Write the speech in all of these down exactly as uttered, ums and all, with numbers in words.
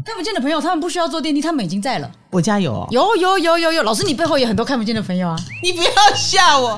看不见的朋友他们不需要坐电梯，他们已经在了。 我家有哦， 有有有有有，老师你背后也很多看不见的朋友啊。 你不要吓我。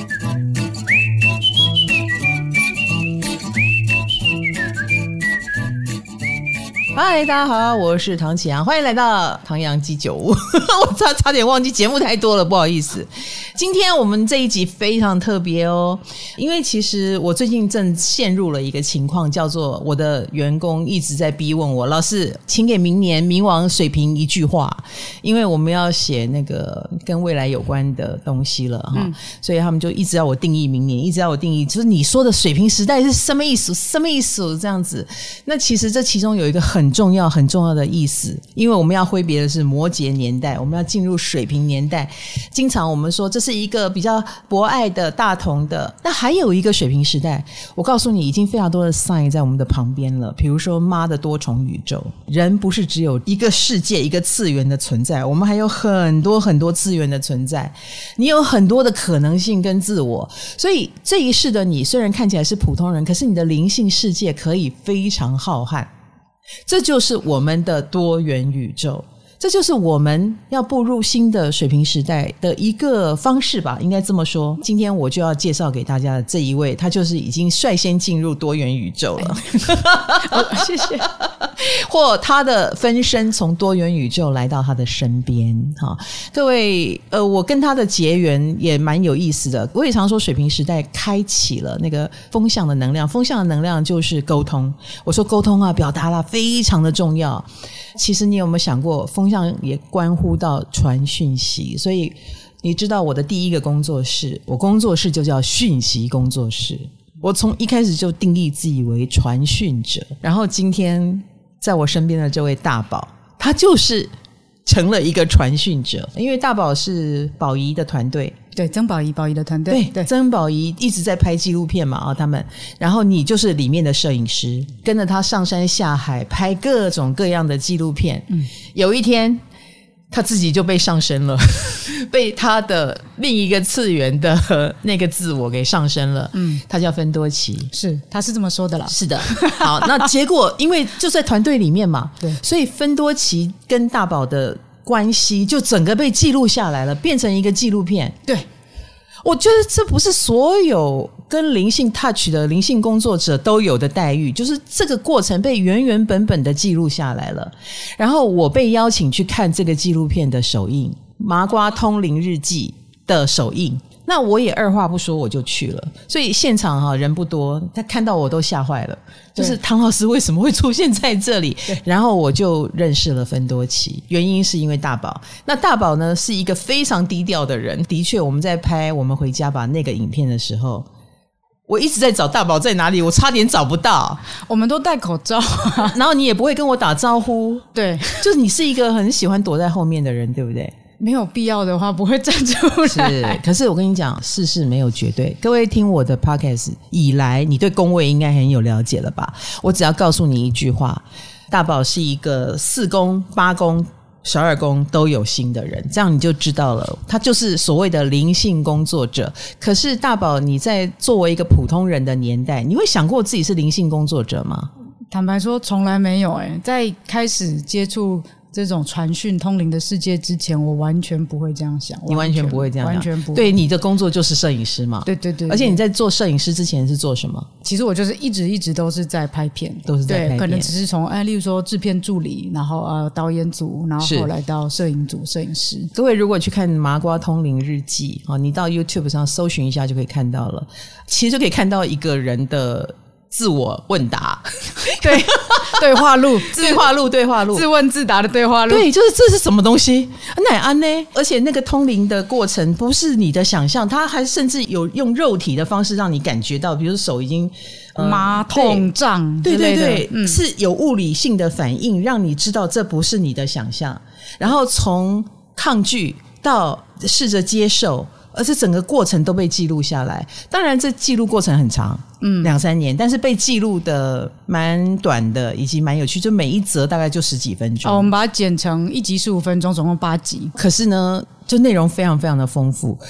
嗨，大家好，我是唐启阳，欢迎来到唐阳鸡酒屋。我差差点忘记，节目太多了，不好意思。今天我们这一集非常特别哦，因为其实我最近正陷入了一个情况，叫做我的员工一直在逼问我，老师，请给明年冥王水瓶一句话，因为我们要写那个跟未来有关的东西了哈、嗯，所以他们就一直要我定义明年，一直要我定义，就是你说的水瓶时代是什么意思？什么意思？这样子。那其实这其中有一个很很重要很重要的意思，因为我们要挥别的是摩羯年代，我们要进入水瓶年代。经常我们说这是一个比较博爱的大同的，那还有一个水瓶时代，我告诉你已经非常多的 sign 在我们的旁边了。比如说妈的多重宇宙，人不是只有一个世界一个次元的存在，我们还有很多很多次元的存在，你有很多的可能性跟自我，所以这一世的你虽然看起来是普通人，可是你的灵性世界可以非常浩瀚，这就是我们的多元宇宙，这就是我们要步入新的水瓶时代的一个方式吧，应该这么说。今天我就要介绍给大家的这一位，他就是已经率先进入多元宇宙了、哦、谢谢或他的分身从多元宇宙来到他的身边、哦、各位呃，我跟他的结缘也蛮有意思的。我也常说水瓶时代开启了那个风向的能量，风向的能量就是沟通，我说沟通啊表达啦非常的重要。其实你有没有想过风向也关乎到传讯息，所以你知道我的第一个工作室，我工作室就叫讯息工作室，我从一开始就定义自己为传讯者。然后今天在我身边的这位大宝，他就是成了一个传讯者，因为大宝是宝仪的团队， 对，曾宝仪宝仪的团队， 对, 对，曾宝仪一直在拍纪录片嘛、哦、他们，然后你就是里面的摄影师，跟着他上山下海拍各种各样的纪录片、嗯、有一天他自己就被上身了被他的另一个次元的那个自我给上身了，嗯，他叫芬多奇， 是，他是这么说的啦， 是的。好，那结果因为就在团队里面嘛，对，所以芬多奇跟大宝的关系就整个被记录下来了，变成一个纪录片。 对， 我觉得这不是所有跟灵性 touch 的灵性工作者都有的待遇，就是这个过程被原原本本的记录下来了。然后我被邀请去看这个纪录片的首映，麻瓜通灵日记的首映，那我也二话不说我就去了。所以现场哈人不多，他看到我都吓坏了，就是唐老师为什么会出现在这里？然后我就认识了芬多奇，原因是因为大宝。那大宝呢是一个非常低调的人，的确我们在拍我们回家吧那个影片的时候，我一直在找大宝在哪里，我差点找不到。 我们都戴口罩然后你也不会跟我打招呼，对，就是你是一个很喜欢躲在后面的人，对不对？ 没有必要的话不会站出来。 是，可是我跟你讲，世事没有绝对。各位听我的 podcast 以来，你对宫位应该很有了解了吧？我只要告诉你一句话，大宝是一个四宫、八宫、十二宫都有星的人，这样你就知道了，他就是所谓的灵性工作者。可是大宝，你在作为一个普通人的年代，你会想过自己是灵性工作者吗？ 坦白说从来没有、欸、在开始接触这种传讯通灵的世界之前，我完全不会这样想。 你完全不会这样想， 完全不会。 对，你的工作就是摄影师嘛。 对对 对, 对， 而且你在做摄影师之前是做什么？ 其实我就是一直一直都是在拍片， 都是在拍片， 对，可能只是从哎，例如说制片助理，然后呃导演组，然后后来到摄影组摄影师。 各位如果去看麻瓜通灵日记、哦、你到 YouTube 上搜寻一下就可以看到了，其实就可以看到一个人的自我问答对，对话录对话录对话录自问自答的对话录， 对，就是这是什么东西哪安呢？而且那个通灵的过程不是你的想象，他还甚至有用肉体的方式让你感觉到，比如手已经、 呃、麻痛胀， 对对对、 嗯、 是有物理性的反应让你知道这不是你的想象，然后从抗拒到试着接受，而且整个过程都被记录下来。当然这记录过程很长，嗯，两三年，但是被记录的蛮短的，以及蛮有趣，就每一则大概就十几分钟。 哦，我们把它剪成一集十五分钟，总共八集。 可是呢，就内容非常非常的丰富。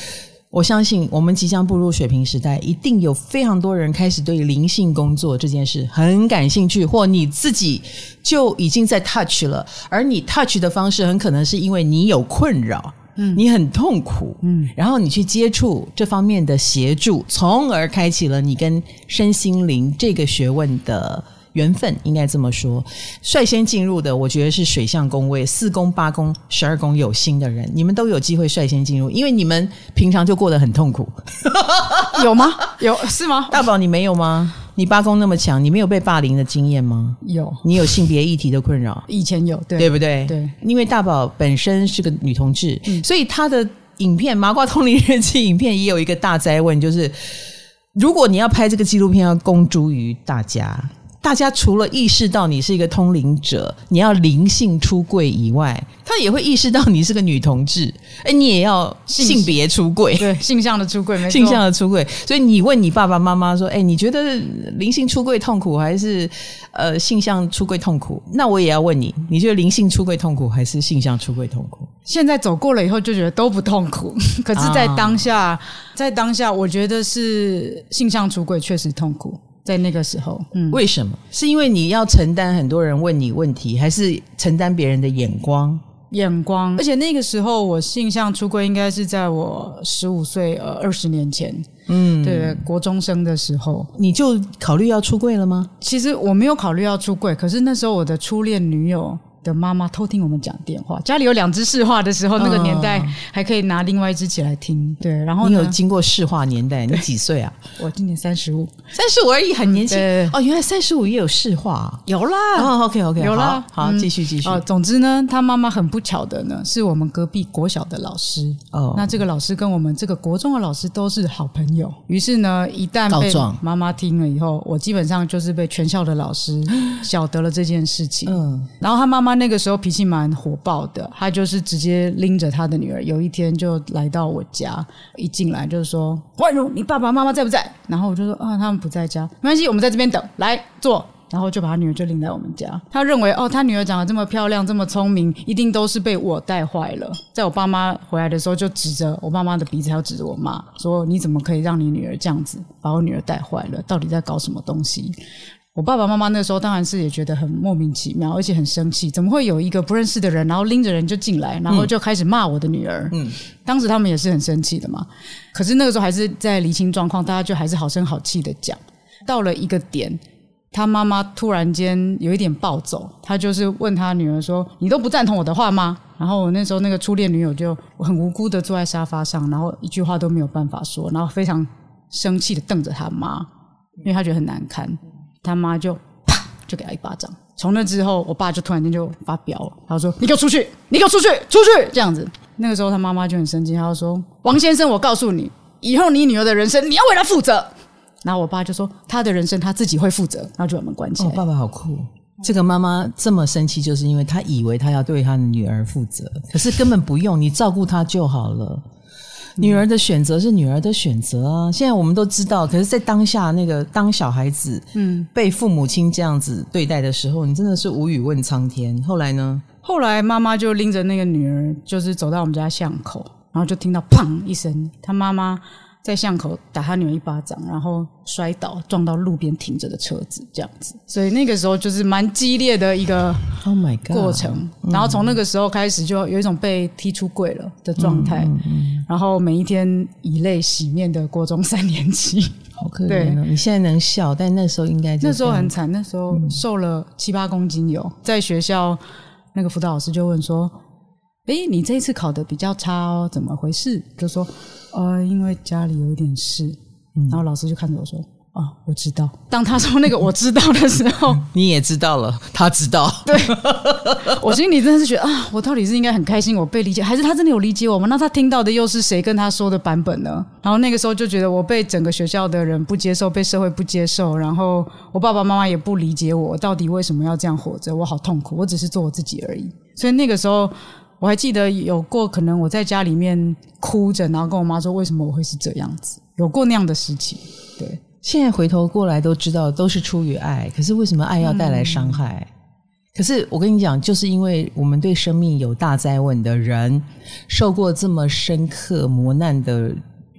我相信我们即将步入水瓶时代，一定有非常多人开始对灵性工作这件事很感兴趣，或你自己就已经在 touch 了，而你 touch 的方式很可能是因为你有困扰，嗯，你很痛苦，嗯，然后你去接触这方面的协助，从而开启了你跟身心灵这个学问的缘分，应该这么说。率先进入的我觉得是水象宫位，四宫八宫十二宫有星的人，你们都有机会率先进入，因为你们平常就过得很痛苦。 有吗？有是吗？ 大宝你没有吗？你八宫那么强，你没有被霸凌的经验吗？ 有。 你有性别议题的困扰？ 以前有，对， 对不对？ 对， 因为大宝本身是个女同志，嗯，所以她的影片《麻瓜通灵日记》影片也有一个大哉问，就是如果你要拍这个纪录片要公诸于大家，大家除了意识到你是一个通灵者，你要灵性出柜以外，他也会意识到你是个女同志，哎，你也要性别出柜， 对，性向的出柜，没错， 性向的出柜。所以你问你爸爸妈妈说，哎，你觉得灵性出柜痛苦还是呃性向出柜痛苦？那我也要问你，你觉得灵性出柜痛苦还是性向出柜痛苦？ 现在走过了以后就觉得都不痛苦，可是在当下、啊、在当下我觉得是性向出柜确实痛苦，在那个时候、 嗯、为什么？是因为你要承担很多人问你问题，还是承担别人的眼光？ 眼光。而且那个时候我性向出柜应该是在我十五岁呃二十年前，嗯，对，国中生的时候。 你就考虑要出柜了吗？ 其实我没有考虑要出柜，可是那时候我的初恋女友的妈妈偷听我们讲电话，家里有两只市话的时候、哦、那个年代还可以拿另外一只起来听。对，然后你有经过市话年代？你几岁啊？ 我今年三十五， 三十五而已，很年轻、 嗯、 哦。原来三十五也有市话， 有啦。 哦 ，OK OK， 有啦。 好，好，继续继续。 哦，总之呢，他妈妈很不巧的呢，是我们隔壁国小的老师。哦，那这个老师跟我们这个国中的老师都是好朋友。于是呢，一旦被妈妈听了以后，我基本上就是被全校的老师晓得了这件事情。嗯，然后他妈妈那个时候脾气蛮火爆的，他就是直接拎着他的女儿，有一天就来到我家，一进来就是说：“焕如，你爸爸妈妈在不在？”然后我就说：“啊，他们不在家，没关系，我们在这边等，来坐。”然后就把他女儿就领来我们家。他认为哦，他女儿长得这么漂亮，这么聪明，一定都是被我带坏了。在我爸妈回来的时候，就指着我爸妈的鼻子，还要指着我妈说：“你怎么可以让你女儿这样子把我女儿带坏了？到底在搞什么东西？”我爸爸妈妈那时候当然是也觉得很莫名其妙，而且很生气，怎么会有一个不认识的人，然后拎着人就进来，然后就开始骂我的女儿。嗯，当时他们也是很生气的嘛。可是那个时候还是在厘清状况，大家就还是好声好气的讲。到了一个点，他妈妈突然间有一点暴走，他就是问他女儿说：“你都不赞同我的话吗？”然后我那时候那个初恋女友就很无辜的坐在沙发上，然后一句话都没有办法说，然后非常生气的瞪着他妈，因为他觉得很难堪。他妈就啪就给他一巴掌。从那之后，我爸就突然间就发飙了，他说：“你给我出去，你给我出去，出去！”这样子。那个时候他妈妈就很生气，他就说：“王先生，我告诉你，以后你女儿的人生你要为她负责。”然后我爸就说：“她的人生她自己会负责。”然后就把门关起来。 哦，爸爸好酷。这个妈妈这么生气，就是因为她以为她要对她的女儿负责，可是根本不用，你照顾她就好了。女儿的选择是女儿的选择啊，现在我们都知道，可是在当下那个当小孩子嗯被父母亲这样子对待的时候，你真的是无语问苍天。后来呢？ 后来妈妈就拎着那个女儿就是走到我们家巷口，然后就听到砰一声，她妈妈在巷口打她女儿一巴掌，然后摔倒撞到路边停着的车子这样子。所以那个时候就是蛮激烈的一个过程、oh my God、然后从那个时候开始就有一种被踢出柜了的状态、嗯嗯、然后每一天以泪洗面的国中三年级。 好可怜哦！你现在能笑，但那时候应该那时候很惨，那时候瘦了七八公斤有、嗯、在学校那个辅导老师就问说：“诶，你这一次考得比较差哦，怎么回事？”就说呃，因为家里有一点事、嗯、然后老师就看着我说：“哦，我知道。”当他说那个我知道的时候你也知道了，他知道。 对，我心里真的是觉得啊，我到底是应该很开心我被理解，还是他真的有理解我吗？那他听到的又是谁跟他说的版本呢？然后那个时候就觉得我被整个学校的人不接受，被社会不接受，然后我爸爸妈妈也不理解我到底为什么要这样活着，我好痛苦，我只是做我自己而已。所以那个时候我还记得有过可能我在家里面哭着，然后跟我妈说为什么我会是这样子，有过那样的时期。对， 现在回头过来都知道都是出于爱，可是为什么爱要带来伤害、嗯、可是我跟你讲，就是因为我们对生命有大哉问的人，受过这么深刻磨难的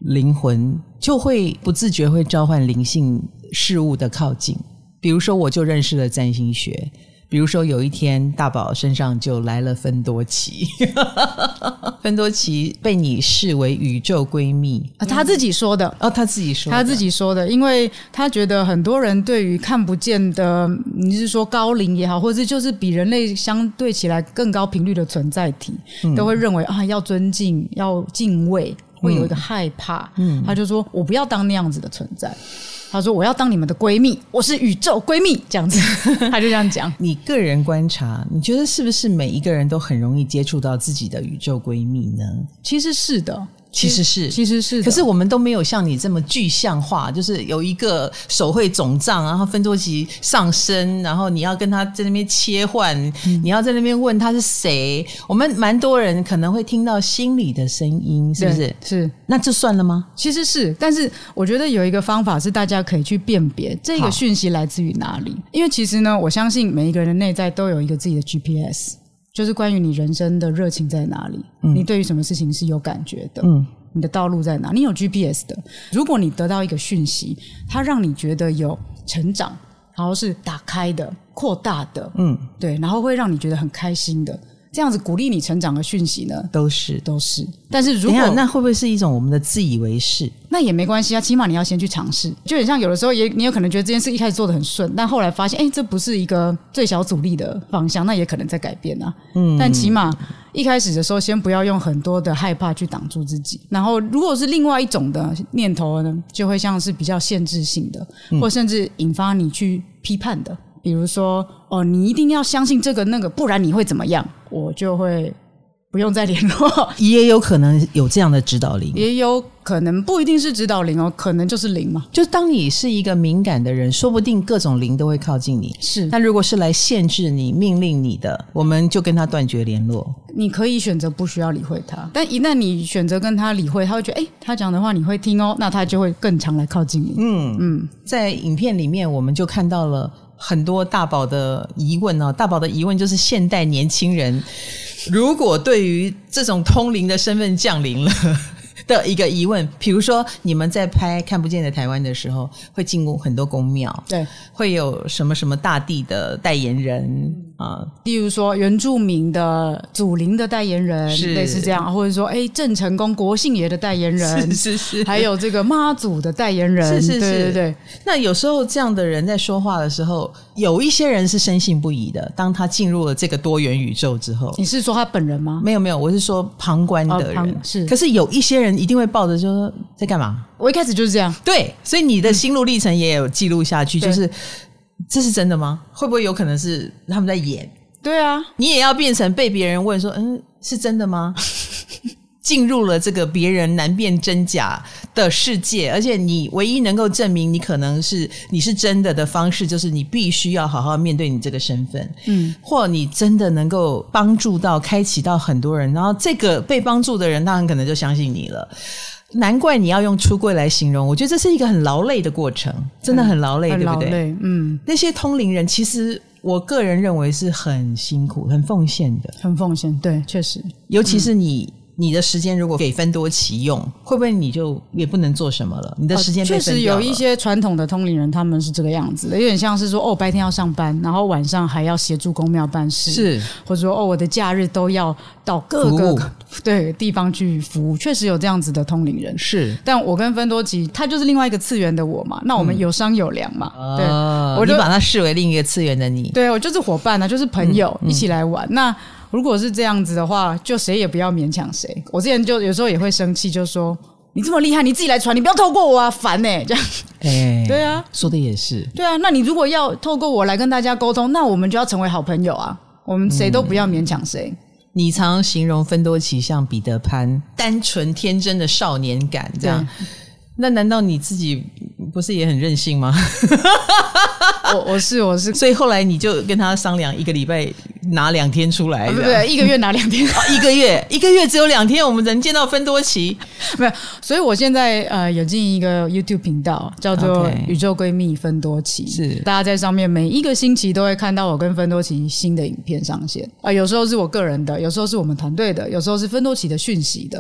灵魂就会不自觉会召唤灵性事物的靠近。比如说我就认识了占星学，比如说有一天大宝身上就来了芬多奇芬多奇被你视为宇宙闺蜜、 啊、他自己说的哦，他自己说的他自己说的，因为他觉得很多人对于看不见的，你是说高龄也好，或者就是比人类相对起来更高频率的存在体、嗯、都会认为啊要尊敬要敬畏，会有一个害怕、嗯、他就说我不要当那样子的存在，他说我要当你们的闺蜜，我是宇宙闺蜜这样子他就这样讲。 你个人观察，你觉得是不是每一个人都很容易接触到自己的宇宙闺蜜呢？ 其实是的， 其实是其实是的， 可是我们都没有像你这么具象化，就是有一个手绘总账，然后芬多奇上身，然后你要跟他在那边切换、嗯、你要在那边问他是谁。我们蛮多人可能会听到心里的声音，是不是？ 是， 那这算了吗？ 其实是，但是我觉得有一个方法是大家可以去辨别这个讯息来自于哪里。因为其实呢，我相信每一个人的内在都有一个自己的 G P S，就是关于你人生的热情在哪里、嗯、你对于什么事情是有感觉的、嗯、你的道路在哪，你有 G P S 的。如果你得到一个讯息，它让你觉得有成长，然后是打开的扩大的，嗯，对，然后会让你觉得很开心的，这样子鼓励你成长的讯息呢，都是都是。但是如果那会不会是一种我们的自以为是？ 那也没关系啊，起码你要先去尝试。就很像有的时候也你有可能觉得这件事一开始做得很顺，但后来发现哎，这不是一个最小阻力的方向，那也可能在改变啊。嗯，但起码一开始的时候先不要用很多的害怕去挡住自己。然后如果是另外一种的念头呢，就会像是比较限制性的、嗯、或甚至引发你去批判的，比如说哦，你一定要相信这个那个，不然你会怎么样，我就会不用再联络。 也有可能有这样的指导灵， 也有可能不一定是指导灵哦，可能就是灵嘛。 就当你是一个敏感的人，说不定各种灵都会靠近你。 是， 但如果是来限制你、命令你的，我们就跟他断绝联络。 你可以选择不需要理会他，但一旦你选择跟他理会，他会觉得哎，他讲的话你会听哦，那他就会更常来靠近你。嗯嗯，在影片里面我们就看到了很多大宝的疑问哦，大宝的疑问就是现代年轻人如果对于这种通灵的身份降临了的一个疑问，比如说你们在拍看不见的台湾的时候会进入很多宫庙， 对， 会有什么什么大帝的代言人啊， 例如说原住民的祖灵的代言人，类似这样，或者说哎郑成功国姓爷的代言人， 是是是， 还有这个妈祖的代言人， 是是是， 对对对。 那有时候这样的人在说话的时候，有一些人是深信不疑的，当他进入了这个多元宇宙之后。 你是说他本人吗？ 没有没有，我是说旁观的人、哦、 是。 可是有一些人一定会抱着就说在干嘛， 我一开始就是这样。 对，所以你的心路历程也有记录下去、嗯、就是这是真的吗？会不会有可能是他们在演？ 对啊， 你也要变成被别人问说嗯，是真的吗？进入了这个别人难辨真假的世界，而且你唯一能够证明你可能是你是真的的方式，就是你必须要好好面对你这个身份，嗯，或你真的能够帮助到开启到很多人，然后这个被帮助的人他很可能就相信你了。难怪你要用出柜来形容，我觉得这是一个很劳累的过程，真的很劳累、嗯、对不对？ 很劳累，嗯， 那些通灵人其实我个人认为是很辛苦很奉献的， 很奉献，对，确实， 尤其是你、嗯你的时间如果给芬多奇用，会不会你就也不能做什么了？你的时间被分掉了。确实有一些传统的通灵人他们是这个样子的，有点像是说哦，白天要上班，然后晚上还要协助公庙办事， 是， 或者说哦，我的假日都要到各个对地方去服务，确实有这样子的通灵人。是，但我跟芬多奇他就是另外一个次元的我嘛，那我们有商有量嘛，嗯、对、哦， 我就把他视为另一个次元的你。 对，我就是伙伴啊，就是朋友、嗯、一起来玩。那如果是这样子的话，就谁也不要勉强谁。我之前就有时候也会生气，就说你这么厉害，你自己来传，你不要透过我啊，烦欸，这样。欸，对啊， 说的也是。 对啊，那你如果要透过我来跟大家沟通，那我们就要成为好朋友啊，我们谁都不要勉强谁。嗯， 你常形容芬多奇像彼得潘，单纯天真的少年感这样。那难道你自己不是也很任性吗？ 我我是我是， 所以后来你就跟他商量，一个礼拜拿两天出来， 不对，一个月拿两天、 哦，一个月一个月只有两天，我们能见到芬多奇， 没有。所以我现在呃有经营一个 YouTube 频道，叫做宇宙闺蜜芬多奇，是大家在上面每一个星期都会看到我跟芬多奇新的影片上线啊、呃，有时候是我个人的，有时候是我们团队的，有时候是芬多奇的讯息的。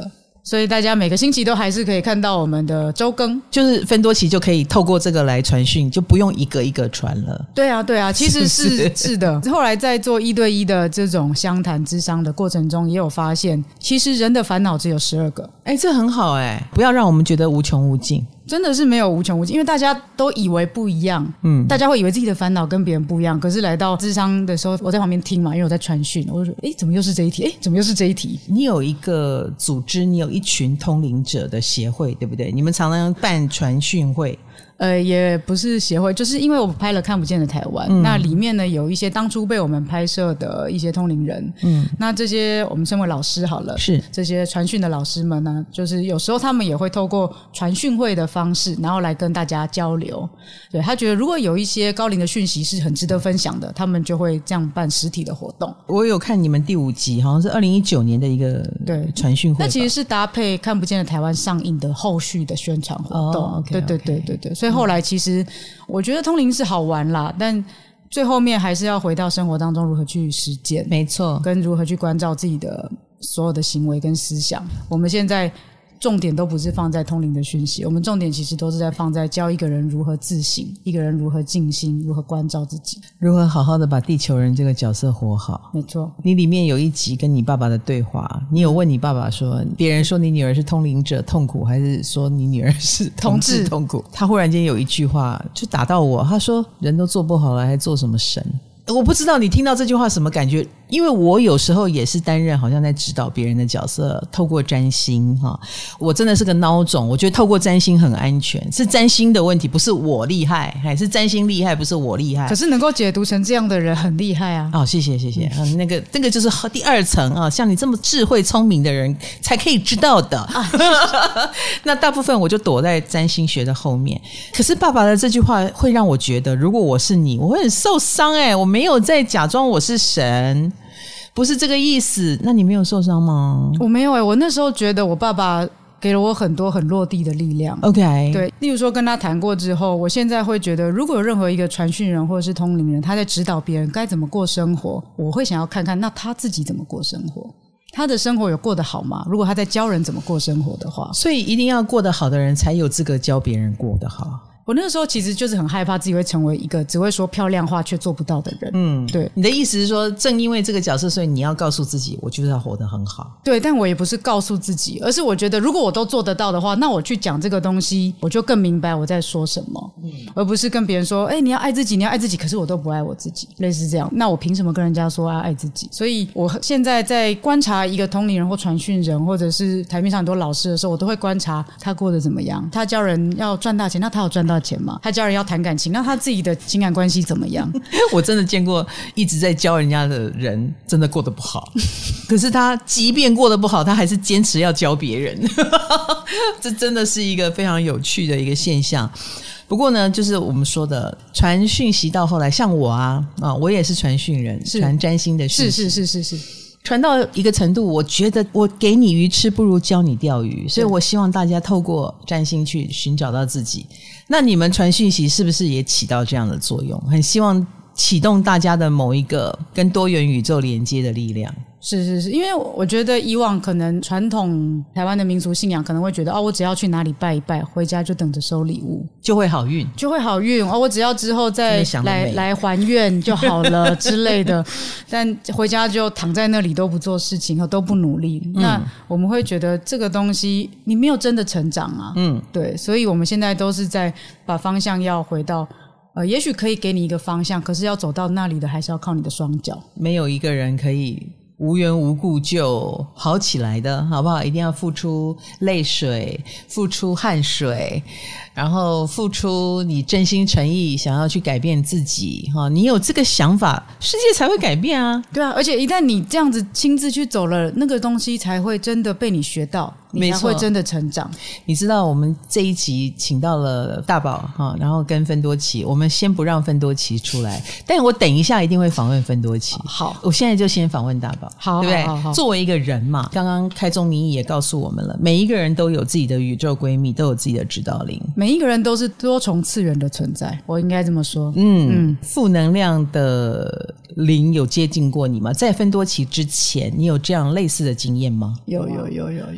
所以大家每个星期都还是可以看到我们的周更， 就是芬多奇就可以透过这个来传讯，就不用一个一个传了。 对啊对啊，其实是 是, 是的。后来在做一对一的这种相谈咨商的过程中，也有发现其实人的烦恼只有十二个。 哎，这很好哎，不要让我们觉得无穷无尽。 真的是没有无穷无尽，因为大家都以为不一样，嗯，大家会以为自己的烦恼跟别人不一样，可是来到諮商的时候，我在旁边听嘛，因为我在传讯，我就说，哎，怎么又是这一题？哎，怎么又是这一题？ 你有一个组织，你有一群通灵者的协会，对不对？你们常常办传讯会。 呃，也不是协会，就是因为我拍了看不见的台湾、嗯、那里面呢有一些当初被我们拍摄的一些通灵人，嗯，那这些我们身为老师好了， 是这些传讯的老师们呢，就是有时候他们也会透过传讯会的方式，然后来跟大家交流。对，他觉得如果有一些高龄的讯息是很值得分享的，他们就会这样办实体的活动。 我有看你们第五集，好像是二零一九年的一个对传讯会， 那其实是搭配看不见的台湾上映的后续的宣传活动。哦、okay, 对对对对对，所以后来其实我觉得通灵是好玩啦，但最后面还是要回到生活当中如何去实践， 没错， 跟如何去关照自己的所有的行为跟思想。我们现在重点都不是放在通灵的讯息，我们重点其实都是在放在教一个人如何自省，一个人如何静心，如何关照自己， 如何好好的把地球人这个角色活好。 没错， 你里面有一集跟你爸爸的对话，你有问你爸爸说，别人说你女儿是通灵者痛苦，还是说你女儿是同志痛苦？他忽然间有一句话就打到我，他说人都做不好了还做什么神？我不知道你听到这句话什么感觉，因为我有时候也是担任好像在指导别人的角色，透过占星哈，我真的是个孬种，我觉得透过占星很安全，是占星的问题，不是我厉害，还是占星厉害，不是我厉害。 可是能够解读成这样的人很厉害啊！ 哦，谢谢谢谢，嗯、那个那个就是第二层啊，像你这么智慧聪明的人才可以知道的。啊、那大部分我就躲在占星学的后面，可是爸爸的这句话会让我觉得，如果我是你，我会很受伤哎、欸，我没有在假装我是神，不是这个意思。那你没有受伤吗？ 我没有哎、欸，我那时候觉得我爸爸给了我很多很落地的力量。 OK， 对，例如说跟他谈过之后，我现在会觉得如果有任何一个传讯人或者是通灵人，他在指导别人该怎么过生活，我会想要看看那他自己怎么过生活，他的生活有过得好吗？如果他在教人怎么过生活的话， 所以一定要过得好的人才有资格教别人过得好。 我那个时候其实就是很害怕自己会成为一个只会说漂亮话却做不到的人。嗯，对。 你的意思是说，正因为这个角色，所以你要告诉自己，我就是要活得很好。 对，但我也不是告诉自己，而是我觉得如果我都做得到的话，那我去讲这个东西，我就更明白我在说什么，嗯、而不是跟别人说，哎、欸，你要爱自己，你要爱自己，可是我都不爱我自己，类似这样。那我凭什么跟人家说要爱自己？所以我现在在观察一个通灵人或传讯人，或者是台面上很多老师的时候，我都会观察他过得怎么样。他教人要赚大钱，那他有赚到钱吗？他教人要谈感情，那他自己的情感关系怎么样？ 我真的见过一直在教人家的人真的过得不好，可是他即便过得不好，他还是坚持要教别人。这真的是一个非常有趣的一个现象。不过呢，就是我们说的传讯息到后来，像我啊啊，我也是传讯人，传占星的讯息， 是是是是是。 传到一个程度，我觉得我给你鱼吃不如教你钓鱼，所以我希望大家透过占星去寻找到自己。那你们传讯息是不是也起到这样的作用？很希望启动大家的某一个跟多元宇宙连接的力量。 是是是，因为我觉得以往可能传统台湾的民俗信仰可能会觉得，哦，我只要去哪里拜一拜，回家就等着收礼物， 就会好运， 就会好运哦，我只要之后再来来还愿就好了之类的。但回家就躺在那里都不做事情，都不努力，嗯、那我们会觉得这个东西你没有真的成长啊。嗯，对，所以我们现在都是在把方向要回到。呃，也许可以给你一个方向，可是要走到那里的还是要靠你的双脚。 没有一个人可以无缘无故就好起来的，好不好？一定要付出泪水，付出汗水，然后付出你真心诚意想要去改变自己哈。你有这个想法，世界才会改变啊。 对啊，而且一旦你这样子亲自去走了，那个东西才会真的被你学到，你才会真的成长。 你知道我们这一集请到了大宝哈，然后跟芬多奇，我们先不让芬多奇出来，但我等一下一定会访问芬多奇。 好， 我现在就先访问大宝， 好， 对不对？ 好好好， 作为一个人嘛，刚刚开宗明义也告诉我们了，每一个人都有自己的宇宙闺蜜，都有自己的指导灵， 每一个人都是多重次元的存在，我应该这么说。 嗯嗯，负能量的灵有接近过你吗？在芬多奇之前，你有这样类似的经验吗？ 有有有有有。 所以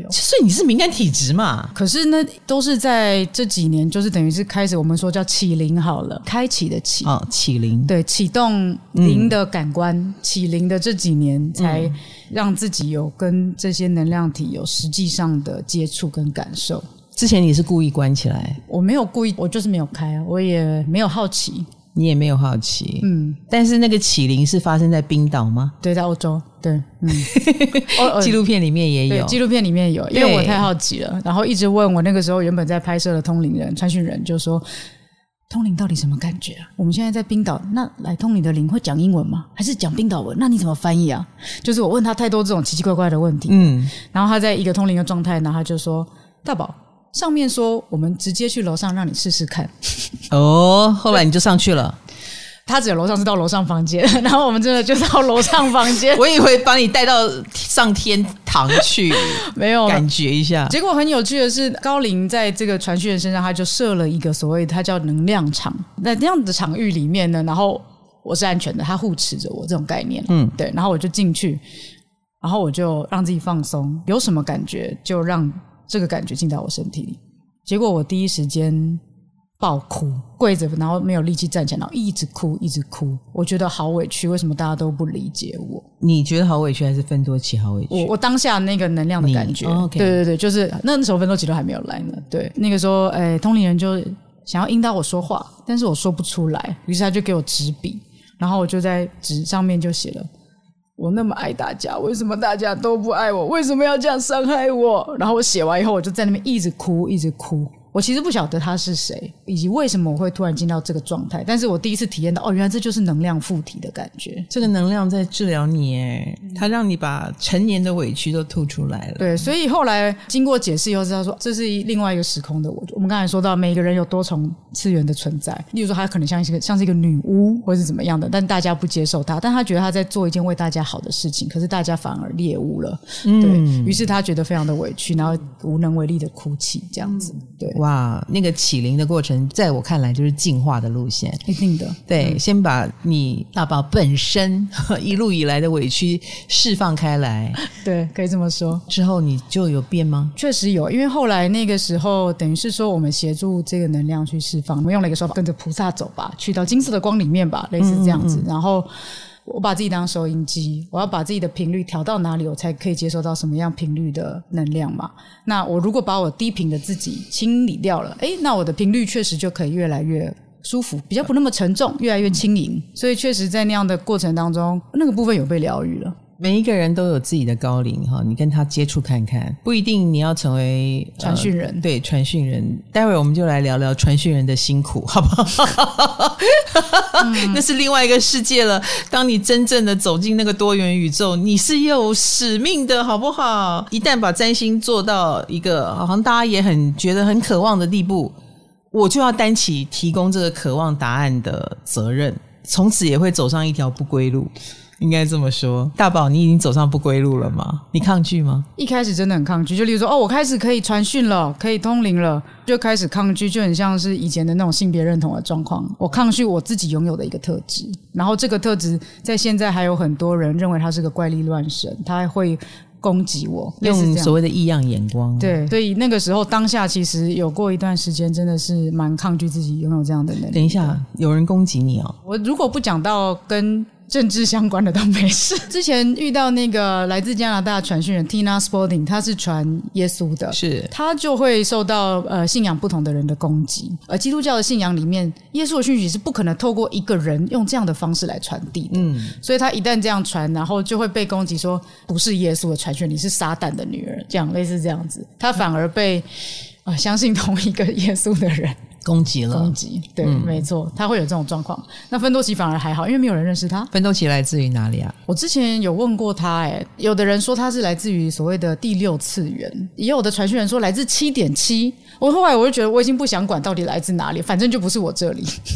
你是敏感体质嘛。 可是呢都是在这几年，就是等于是开始我们说叫启灵好了，开启的启哦，启灵， 对，启动灵的感官、嗯、启灵的这几年才让自己有跟这些能量体有实际上的接触跟感受。 之前你是故意关起来？ 我没有故意，我就是没有开，我也没有好奇。 你也没有好奇， 嗯， 但是那个启灵是发生在冰岛吗？ 对，在欧洲，对，嗯， 纪录片里面也有， 纪录片里面有，因为我太好奇了，然后一直问我那个时候原本在拍摄的通灵人、传讯人，就说通灵到底什么感觉啊？我们现在在冰岛，那来通灵的灵会讲英文吗？还是讲冰岛文？那你怎么翻译啊？就是我问他太多这种奇奇怪怪的问题，嗯，然后他在一个通灵的状态，然后他就说：“大宝。”上面说我们直接去楼上让你试试看哦，后来你就上去了。 他只有楼上是到楼上房间，然后我们真的就到楼上房间。 我以为把你带到上天堂去， 没有感觉一下。 结果很有趣的是，高龄在这个传讯人身上，他就设了一个所谓他叫能量场。在那样的场域里面呢，然后我是安全的，他护持着我这种概念，嗯，对。然后我就进去，然后我就让自己放松，有什么感觉就让这个感觉进到我身体里。结果我第一时间爆哭，跪着，然后没有力气站起来，然后一直哭一直哭。我觉得好委屈，为什么大家都不理解我？ 你觉得好委屈还是芬多奇好委屈？ 我我当下那个能量的感觉、哦 okay、对对对，就是那时候芬多奇都还没有来呢。对，那个时候哎，通灵人就想要引导我说话，但是我说不出来，于是他就给我纸笔，然后我就在纸上面就写了：我那么爱大家，为什么大家都不爱我？为什么要这样伤害我？然后我写完以后，我就在那边一直哭一直哭。我其实不晓得他是谁，以及为什么我会突然进到这个状态，但是我第一次体验到，哦，原来这就是能量附体的感觉。 这个能量在治疗你耶，它让你把陈年的委屈都吐出来了。 对，所以后来经过解释以后知道说，这是另外一个时空的我。我们刚才说到每个人有多重次元的存在，例如说他可能像一个像是一个女巫或是怎么样的，但大家不接受他，但他觉得他在做一件为大家好的事情，可是大家反而猎巫了。嗯，对，于是他觉得非常的委屈，然后无能为力的哭泣这样子。对。 哇，那个启灵的过程在我看来就是进化的路线， 一定的。 对、嗯、先把你大宝本身一路以来的委屈释放开来， 对，可以这么说。 之后你就有变吗？ 确实有，因为后来那个时候等于是说我们协助这个能量去释放，我们用了一个说法，跟着菩萨走吧，去到金色的光里面吧，类似这样子。嗯嗯嗯，然后我把自己当收音机，我要把自己的频率调到哪里，我才可以接收到什么样频率的能量嘛。那我如果把我低频的自己清理掉了，诶，那我的频率确实就可以越来越舒服，比较不那么沉重，越来越轻盈。所以确实在那样的过程当中，那个部分有被疗愈了。 每一个人都有自己的高龄哈，你跟他接触看看，不一定你要成为传讯人、呃， 对，传讯人。待会我们就来聊聊传讯人的辛苦，好不好？嗯、那是另外一个世界了。当你真正的走进那个多元宇宙，你是有使命的，好不好？一旦把占星做到一个好像大家也很觉得很渴望的地步，我就要担起提供这个渴望答案的责任，从此也会走上一条不归路。应该这么说。大宝，你已经走上不归路了吗？你抗拒吗？ 一开始真的很抗拒，就例如说哦，我开始可以传讯了，可以通灵了，就开始抗拒，就很像是以前的那种性别认同的状况。我抗拒我自己拥有的一个特质，然后这个特质在现在还有很多人认为他是个怪力乱神，他会攻击我， 用所谓的异样眼光。 对，所以那个时候当下其实有过一段时间真的是蛮抗拒自己拥有这样的能力。 等一下，有人攻击你哦？ 我如果不讲到跟政治相关的都没事。之前遇到那个来自加拿大传讯人 Tina Spalding， 他是传耶稣的， 是他就会受到呃信仰不同的人的攻击。而基督教的信仰里面，耶稣的讯息是不可能透过一个人用这样的方式来传递的，嗯，所以他一旦这样传，然后就会被攻击说不是耶稣的传讯，你是撒旦的女儿，这样类似这样子，他反而被呃相信同一个耶稣的人攻击了， 攻击，对、嗯，没错，他会有这种状况。那芬多奇反而还好，因为没有人认识他。 芬多奇来自于哪里啊？ 我之前有问过他、欸，哎，有的人说他是来自于所谓的第六次元，也有的传讯人说来自 七点七。我后来我就觉得我已经不想管到底来自哪里，反正就不是我这里。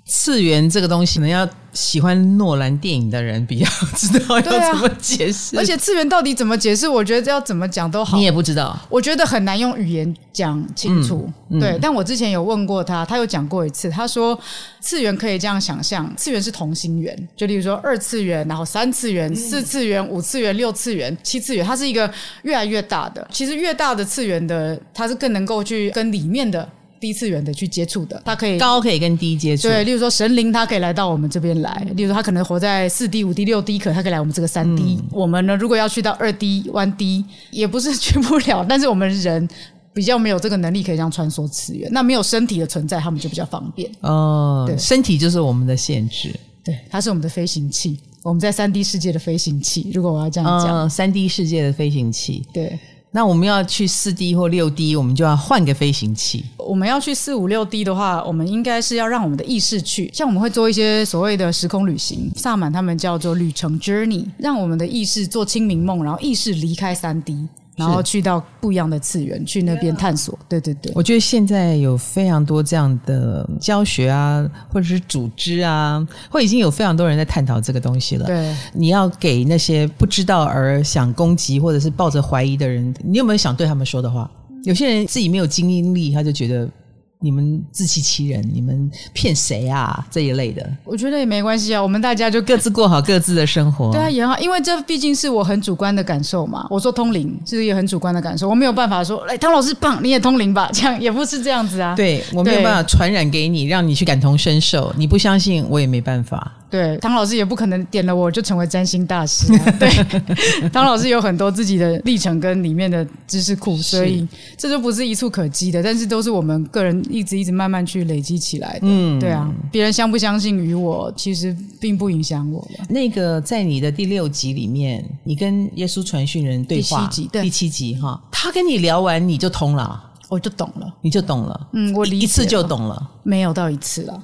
次元这个东西，可能要喜欢诺兰电影的人比较知道要怎么解释、 啊、而且次元到底怎么解释，我觉得要怎么讲都好， 你也不知道， 我觉得很难用语言讲清楚、嗯嗯、对，但我之前有问过他，他有讲过一次，他说次元可以这样想象，次元是同心圆，就例如说二次元，然后三次元、嗯、四次元、五次元、六次元、七次元，它是一个越来越大的，其实越大的次元的它是更能够去跟里面的低次元的去接触的，它可以高可以跟低接触， 对，例如说神灵它可以来到我们这边来，例如说它可能活在四 D 五 D 六 D， 可它可以来我们这个三 D、嗯、我们呢如果要去到二 D 一 D 也不是去不了，但是我们人比较没有这个能力可以这样穿梭次元，那没有身体的存在他们就比较方便哦，对，身体就是我们的限制， 对，它是我们的飞行器，我们在 三 D 世界的飞行器，如果我要这样讲、 呃、三 D 世界的飞行器， 对， 那我们要去 四 D 或 六 D 我们就要换个飞行器， 我们要去四五六 D 的话，我们应该是要让我们的意识去，像我们会做一些所谓的时空旅行，萨满他们叫做旅程 journey， 让我们的意识做清明梦，然后意识离开 三 D，然后去到不一样的次元，去那边探索。对对对， 我觉得现在有非常多这样的教学啊，或者是组织啊，或已经有非常多人在探讨这个东西了。 对， 你要给那些不知道而想攻击或者是抱着怀疑的人，你有没有想对他们说的话？有些人自己没有经历，他就觉得你们自欺欺人，你们骗谁啊，这一类的。 我觉得也没关系啊，我们大家就各自过好各自的生活。 对啊，也很好，因为这毕竟是我很主观的感受嘛。我说通灵是一个很主观的感受，我没有办法说哎，汤老师棒你也通灵吧，这样也不是这样子啊。 对，我没有办法传染给你，让你去感同身受，你不相信我也没办法。 对，汤老师也不可能点了我就成为占星大师、啊、对，汤老师有很多自己的历程跟里面的知识库，所以这就不是一触可及的，但是都是我们个人一直一直慢慢去累积起来的。嗯，对啊，别人相不相信于我其实并不影响我的。 那个在你的第六集里面，你跟耶稣传讯人对话， 第七集，对， 第七集哈，他跟你聊完你就通了， 我就懂了， 你就懂了， 嗯，我理解了， 一次就懂了， 没有到一次了，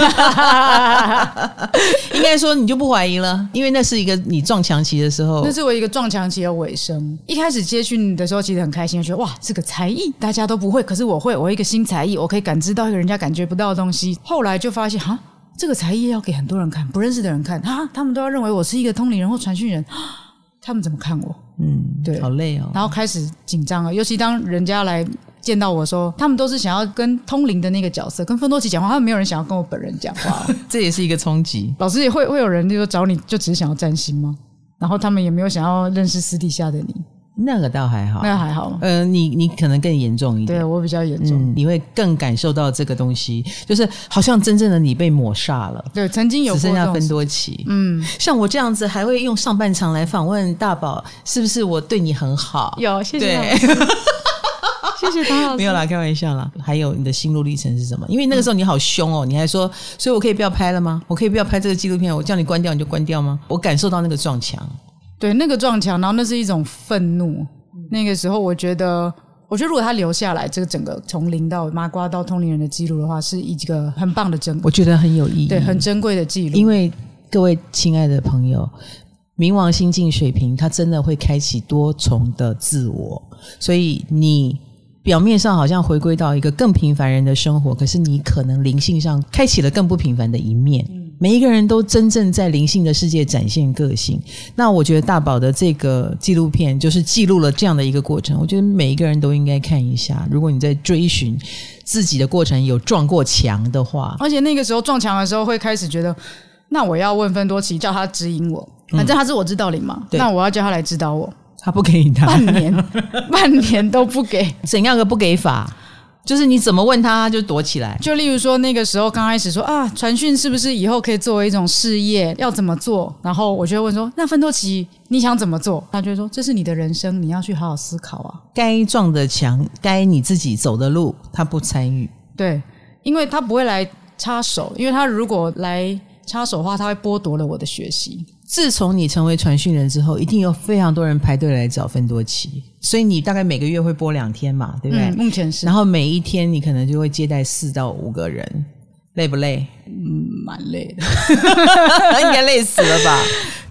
应该说你就不怀疑了，因为那是一个你撞墙期的时候， 那是我一个撞墙期的尾声。一开始接讯的时候，其实很开心，觉得哇，这个才艺大家都不会，可是我会，我有一个新才艺，我可以感知到一个人家感觉不到的东西。后来就发现，哈，这个才艺要给很多人看，不认识的人看，哈，他们都要认为我是一个通灵人或传讯人，他们怎么看我？ 嗯， 对， 好累哦。 然后开始紧张了，尤其当人家来见到我说，他们都是想要跟通灵的那个角色，跟芬多奇讲话，他们没有人想要跟我本人讲话、哦、 这也是一个冲击。 老师也会会有人就说找你就只是想要占星吗？然后他们也没有想要认识私底下的你。 那个倒还好， 那个还好。 呃，你你可能更严重一点， 对我比较严重、 嗯，你会更感受到这个东西，就是好像真正的你被抹煞了。 对，曾经有过只剩下芬多奇。嗯，像我这样子还会用上半场来访问大宝，是不是我对你很好？ 有，谢谢。对，谢谢唐老师。 没有啦，开玩笑啦。还有你的心路历程是什么？因为那个时候你好凶哦，你还说，所以我可以不要拍了吗？我可以不要拍这个纪录片？我叫你关掉你就关掉吗？我感受到那个撞墙。 对，那个撞墙，然后那是一种愤怒。那个时候我觉得我觉得如果他留下来这个整个从零到麻瓜到通灵人的记录的话，是一个很棒的珍， 我觉得很有意义， 对，很珍贵的记录。 因为各位亲爱的朋友，冥王星进水瓶，它真的会开启多重的自我，所以你表面上好像回归到一个更平凡人的生活，可是你可能灵性上开启了更不平凡的一面。每一个人都真正在灵性的世界展现个性，那我觉得大宝的这个纪录片就是记录了这样的一个过程，我觉得每一个人都应该看一下。如果你在追寻自己的过程有撞过墙的话， 而且那个时候撞墙的时候会开始觉得，那我要问芬多奇叫他指引我，反正他是我指导灵嘛、嗯、那我要叫他来指导我， 他不给你他半年半年都不给。 怎样个不给法？就是你怎么问他他就躲起来。 就例如说那个时候刚开始说啊，传讯是不是以后可以作为一种事业，要怎么做，然后我就会问说，那芬多奇你想怎么做？他就会说，这是你的人生，你要去好好思考啊。 该撞的墙，该你自己走的路，他不参与。 对，因为他不会来插手，因为他如果来插手的话，他会剥夺了我的学习。 自从你成为传讯人之后，一定有非常多人排队来找芬多奇，所以你大概每个月会播两天嘛，对不对？ 嗯，目前是。 然后每一天你可能就会接待四到五个人，累不累？ 嗯，蛮累的。 应该累死了吧？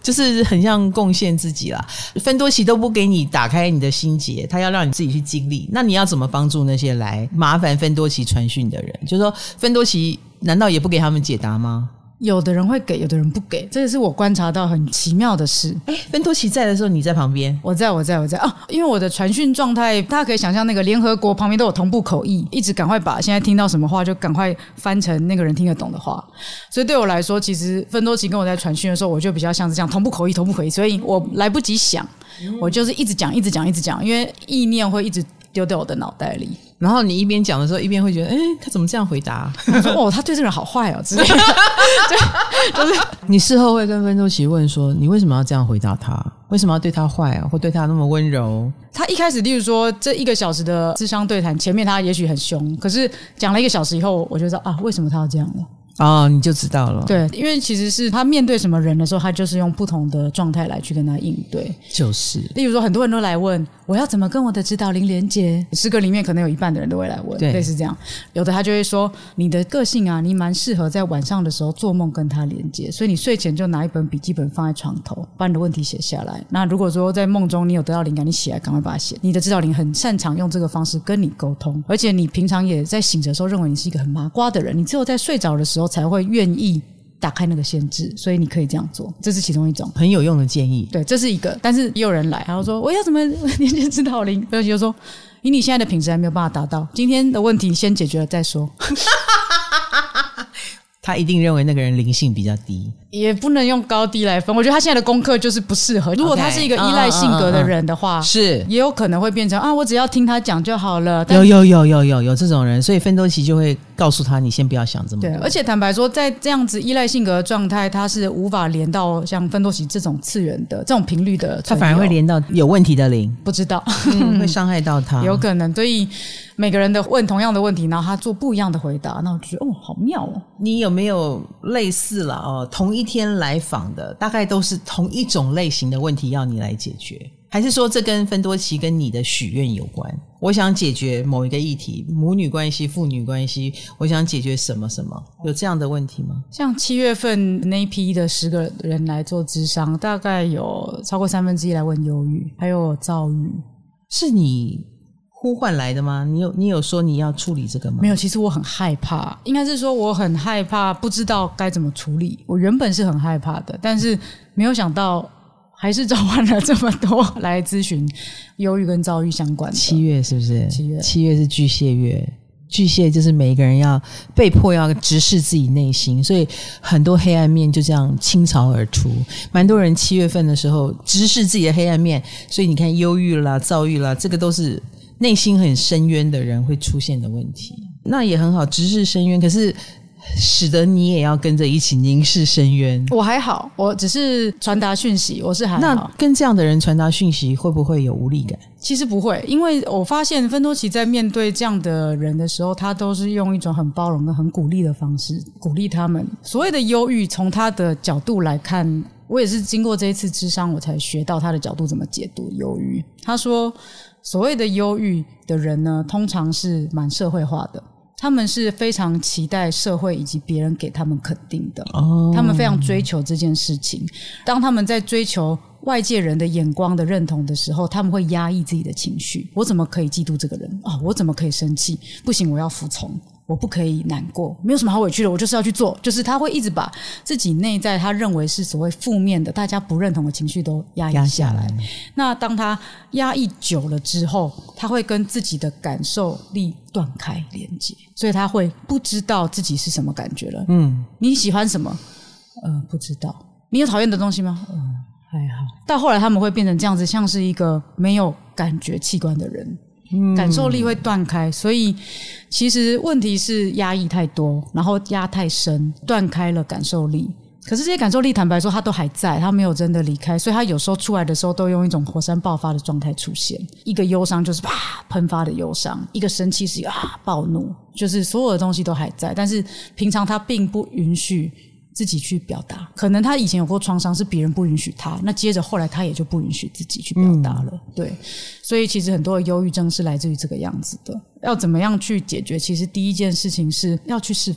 就是很像贡献自己啦。芬多奇都不给你打开你的心结，他要让你自己去经历，那你要怎么帮助那些来麻烦芬多奇传讯的人？就是说芬多奇难道也不给他们解答吗？ 有的人会给，有的人不给，这个是我观察到很奇妙的事。 哎，芬多奇在的时候你在旁边？ 我在我在我在哦，因为我的传讯状态大家可以想象，那个联合国旁边都有同步口译，一直赶快把现在听到什么话就赶快翻成那个人听得懂的话，所以对我来说其实芬多奇跟我在传讯的时候我就比较像是这样同步口译同步口译，所以我来不及想，我就是一直讲一直讲一直讲，因为意念会一直丢到我的脑袋里，然后你一边讲的时候一边会觉得哎，他怎么这样回答？ 我说哦，他对这个人好坏哦之类的就, 就是你事后会跟芬多奇问说你为什么要这样回答他，为什么要对他坏啊，或对他那么温柔？ 他一开始例如说这一个小时的諮商对谈前面他也许很凶，可是讲了一个小时以后我就知道啊，为什么他要这样了哦，你就知道了。 对，因为其实是他面对什么人的时候他就是用不同的状态来去跟他应对， 就是例如说很多人都来问我要怎么跟我的指导灵连接，十个里面可能有一半的人都会来问，类似这样。有的他就会说你的个性啊，你蛮适合在晚上的时候做梦跟他连接，所以你睡前就拿一本笔记本放在床头，把你的问题写下来，那如果说在梦中你有得到灵感，你起来赶快把它写，你的指导灵很擅长用这个方式跟你沟通，而且你平常也在醒着的时候认为你是一个很麻瓜的人，你只有在睡着的时候才会愿意打开那个限制，所以你可以这样做，这是其中一种很有用的建议。 对，这是一个。但是也有人来，然后说我要怎么连接指导灵，芬多奇就说以你现在的品质还没有办法达到，今天的问题先解决了再说他一定认为那个人灵性比较低， 也不能用高低来分，我觉得他现在的功课就是不适合。如果他是一个依赖性格的人的话，是、okay, 也有可能会变成啊，我只要听他讲就好了。 有有有有有有这种人，所以芬多奇就会告诉他，你先不要想这么多。 对，而且坦白说，在这样子依赖性格的状态，他是无法连到像芬多奇这种次元的这种频率的， 他反而会连到有问题的灵， 不知道、 嗯、会伤害到他， 有可能。所以每个人的问同样的问题，然后他做不一样的回答，那我觉得哦，好妙哦。 你有没有类似了哦？同一天来访的，大概都是同一种类型的问题要你来解决，还是说这跟芬多奇跟你的许愿有关？我想解决某一个议题，母女关系、父女关系，我想解决什么什么，有这样的问题吗？ 像七月份那一批的十个人来做諮商，大概有超过三分之一来问忧郁，还有躁郁。 是你呼唤来的吗？你有你有说你要处理这个吗？ 没有，其实我很害怕，应该是说我很害怕，不知道该怎么处理。我原本是很害怕的，但是没有想到还是召唤了这么多来咨询忧郁跟躁郁相关的。 七月是不是？ 七月， 七月是巨蟹月。巨蟹就是每一个人要被迫要直视自己内心，所以很多黑暗面就这样倾巢而出。蛮多人七月份的时候直视自己的黑暗面，所以你看忧郁啦、躁郁啦，这个都是内心很深渊的人会出现的问题。那也很好，直视深渊，可是使得你也要跟着一起凝视深渊。 我还好，我只是传达讯息，我是还好。 那跟这样的人传达讯息会不会有无力感？ 其实不会，因为我发现芬多奇在面对这样的人的时候，他都是用一种很包容跟很鼓励的方式鼓励他们。所谓的忧郁，从他的角度来看，我也是经过这一次諮商我才学到他的角度怎么解读忧郁。他说所谓的忧郁的人呢，通常是蛮社会化的，他们是非常期待社会以及别人给他们肯定的、oh. 他们非常追求这件事情。当他们在追求外界人的眼光的认同的时候，他们会压抑自己的情绪。我怎么可以嫉妒这个人、哦、我怎么可以生气？不行，我要服从，我不可以难过，没有什么好委屈的，我就是要去做。就是他会一直把自己内在他认为是所谓负面的大家不认同的情绪都压抑下来。那当他压抑久了之后，他会跟自己的感受力断开连接，所以他会不知道自己是什么感觉了。嗯，你喜欢什么？呃，不知道。你有讨厌的东西吗？嗯，还好。到后来他们会变成这样子，像是一个没有感觉器官的人。嗯、感受力会断开，所以其实问题是压抑太多，然后压太深，断开了感受力。可是这些感受力坦白说他都还在，他没有真的离开，所以他有时候出来的时候都用一种火山爆发的状态出现。一个忧伤就是啪喷发的忧伤，一个生气是一个啊暴怒，就是所有的东西都还在，但是平常他并不允许自己去表达。可能他以前有过创伤是别人不允许他，那接着后来他也就不允许自己去表达了、嗯、对。所以其实很多的忧郁症是来自于这个样子的。要怎么样去解决？其实第一件事情是要去释放，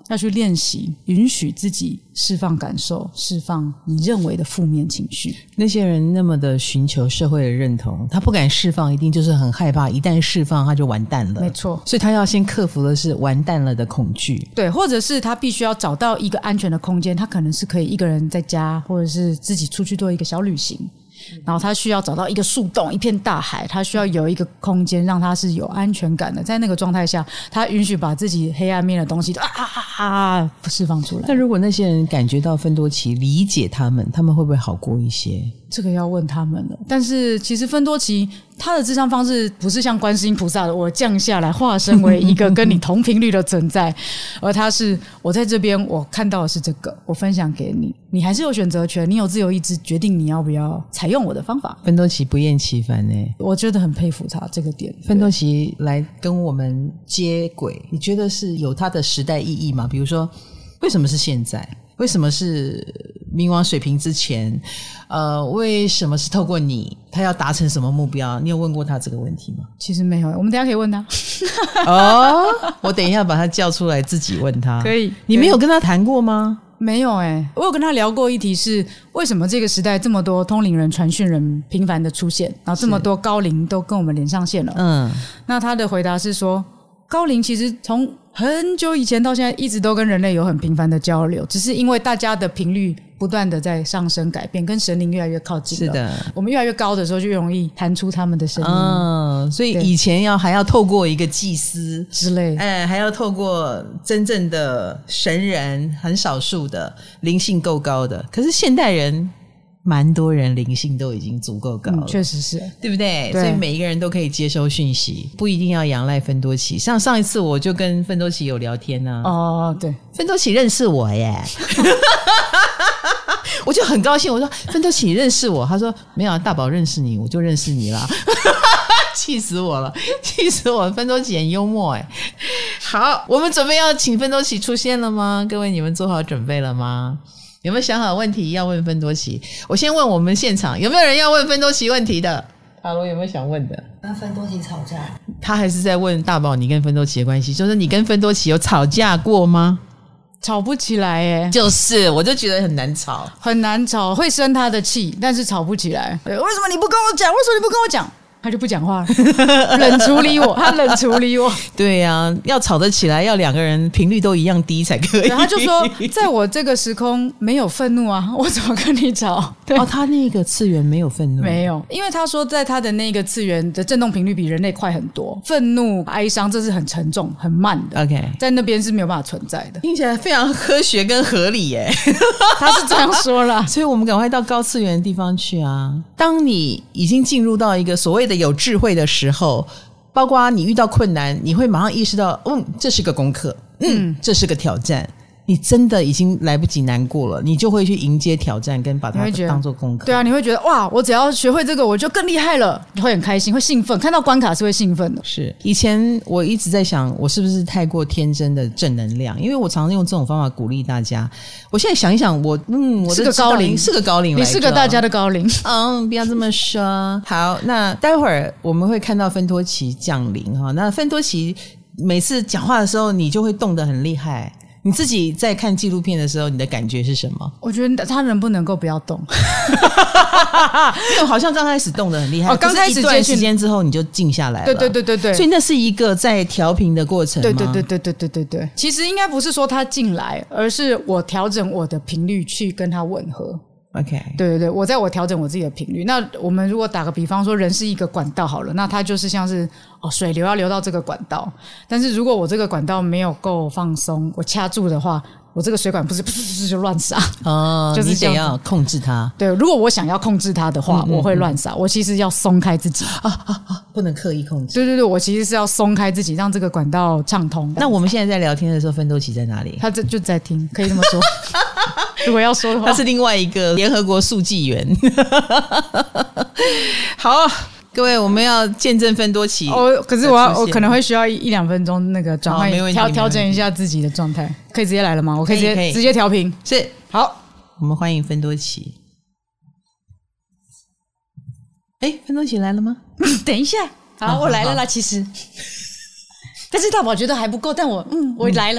要去练习允许自己释放感受，释放你认为的负面情绪。 那些人那么的寻求社会的认同，他不敢释放，一定就是很害怕一旦释放他就完蛋了。 没错， 所以他要先克服的是完蛋了的恐惧。 对，或者是他必须要找到一个安全的空间，他可能是可以一个人在家，或者是自己出去做一个小旅行，然后他需要找到一个树洞，一片大海，他需要有一个空间让他是有安全感的。在那个状态下，他允许把自己黑暗面的东西啊啊啊啊释放出来。 那如果那些人感觉到芬多奇理解他们，他们会不会好过一些？ 这个要问他们了。但是其实芬多奇他的智商方式不是像观世音菩萨的我降下来化身为一个跟你同频率的存在，而他是我在这边我看到的是这个，我分享给你，你还是有选择权，你有自由意志决定你要不要采用我的方法。 芬多奇不厌其烦欸， 我觉得很佩服他这个点。 芬多奇来跟我们接轨，你觉得是有他的时代意义吗？比如说为什么是现在，为什么是冥王水瓶之前，呃，为什么是透过你，他要达成什么目标？你有问过他这个问题吗？ 其实没有，我们等一下可以问他。 哦，我等一下把他叫出来自己问他。 可以， 你没有跟他谈过吗？ 没有哎、欸，我有跟他聊过一题是为什么这个时代这么多通灵人、传讯人频繁的出现，然后这么多高龄都跟我们连上线了。嗯，那他的回答是说，高龄其实从很久以前到现在一直都跟人类有很频繁的交流，只是因为大家的频率不断的在上升改变，跟神灵越来越靠近了。是的，我们越来越高的时候就越容易弹出他们的声音。嗯， 所以以前要还要透过一个祭司之类， 哎，还要透过真正的神人，很少数的灵性够高的。可是现代人蛮多人灵性都已经足够高了， 确、嗯、实是， 对不对？对，所以每一个人都可以接收讯息，不一定要仰赖芬多奇。像上一次我就跟芬多奇有聊天啊， 哦，对， 芬多奇认识我耶，我就很高兴。我说芬多奇认识我，他说没有啊，大宝认识你，我就认识你啦。气死我了，气死我了！芬多奇很幽默哎。好，我们准备要请芬多奇出现了吗？各位，你们做好准备了吗？有没有想好问题要问芬多奇？我先问我们现场有没有人要问芬多奇问题的？哈罗有没有想问的？ 跟芬多奇吵架？ 他还是在问大宝你跟芬多奇的关系，就是你跟芬多奇有吵架过吗？ 吵不起来耶， 就是我就觉得很难吵， 很难吵，会生他的气，但是吵不起来。为什么你不跟我讲？为什么你不跟我讲？他就不讲话了，冷处理我，他冷处理我。 对呀、啊，要吵得起来，要两个人频率都一样低才可以。 他就说，在我这个时空没有愤怒啊，我怎么跟你吵？对哦，他那个次元没有愤怒， 没有，因为他说在他的那个次元的振动频率比人类快很多，愤怒、哀伤这是很沉重、很慢的。OK， 在那边是没有办法存在的。 听起来非常科学跟合理耶。 他是这样说啦， 所以我们赶快到高次元的地方去啊！当你已经进入到一个所谓的有智慧的时候，包括你遇到困难，你会马上意识到，嗯，这是个功课，嗯，这是个挑战。你真的已经来不及难过了，你就会去迎接挑战，跟把它当做功课。 对啊，你会觉得哇，我只要学会这个，我就更厉害了，你会很开心，会兴奋，看到关卡是会兴奋的。 是，以前我一直在想，我是不是太过天真的正能量？因为我常常用这种方法鼓励大家。我现在想一想，我嗯，我是个高龄， 是个高龄， 你是个大家的高龄。 嗯，不要这么说。好，那待会儿我们会看到芬多奇降临哈。那芬多奇每次讲话的时候，你就会动得很厉害。你自己在看纪录片的时候，你的感觉是什么？ 我觉得他能不能够不要动？ 因为好像刚开始动得很厉害， 哦，刚开始一段时间之后你就静下来了。 对对对对对， 所以那是一个在调频的过程吗？ 对对对对对对对对。其实应该不是说他进来，而是我调整我的频率去跟他吻合。 OK， 对对对，我在我调整我自己的频率。那我们如果打个比方说，人是一个管道好了，那它就是像是哦，水流要流到这个管道，但是如果我这个管道没有够放松，我掐住的话，我这个水管不是噗噗噗就乱洒哦，就是这样，你得要控制它。 对，如果我想要控制它的话，嗯嗯嗯我会乱洒。我其实要松开自己啊啊啊，不能刻意控制。 对对对，我其实是要松开自己，让这个管道畅通。 那我们现在在聊天的时候，芬多奇在哪里？ 他这就在听，可以这么说。如果要说的话， 他是另外一个联合国速记员。好，各位，我们要见证芬多奇。 哦，可是我要，我可能会需要一一两分钟那个转换调调整一下自己的状态。可以直接来了吗？我可以直接可以直接调频。 是， 好， 我们欢迎芬多奇。哎，芬多奇来了吗？ 等一下，好，我来了啦。其实，但是大宝觉得还不够，但我嗯，我来了。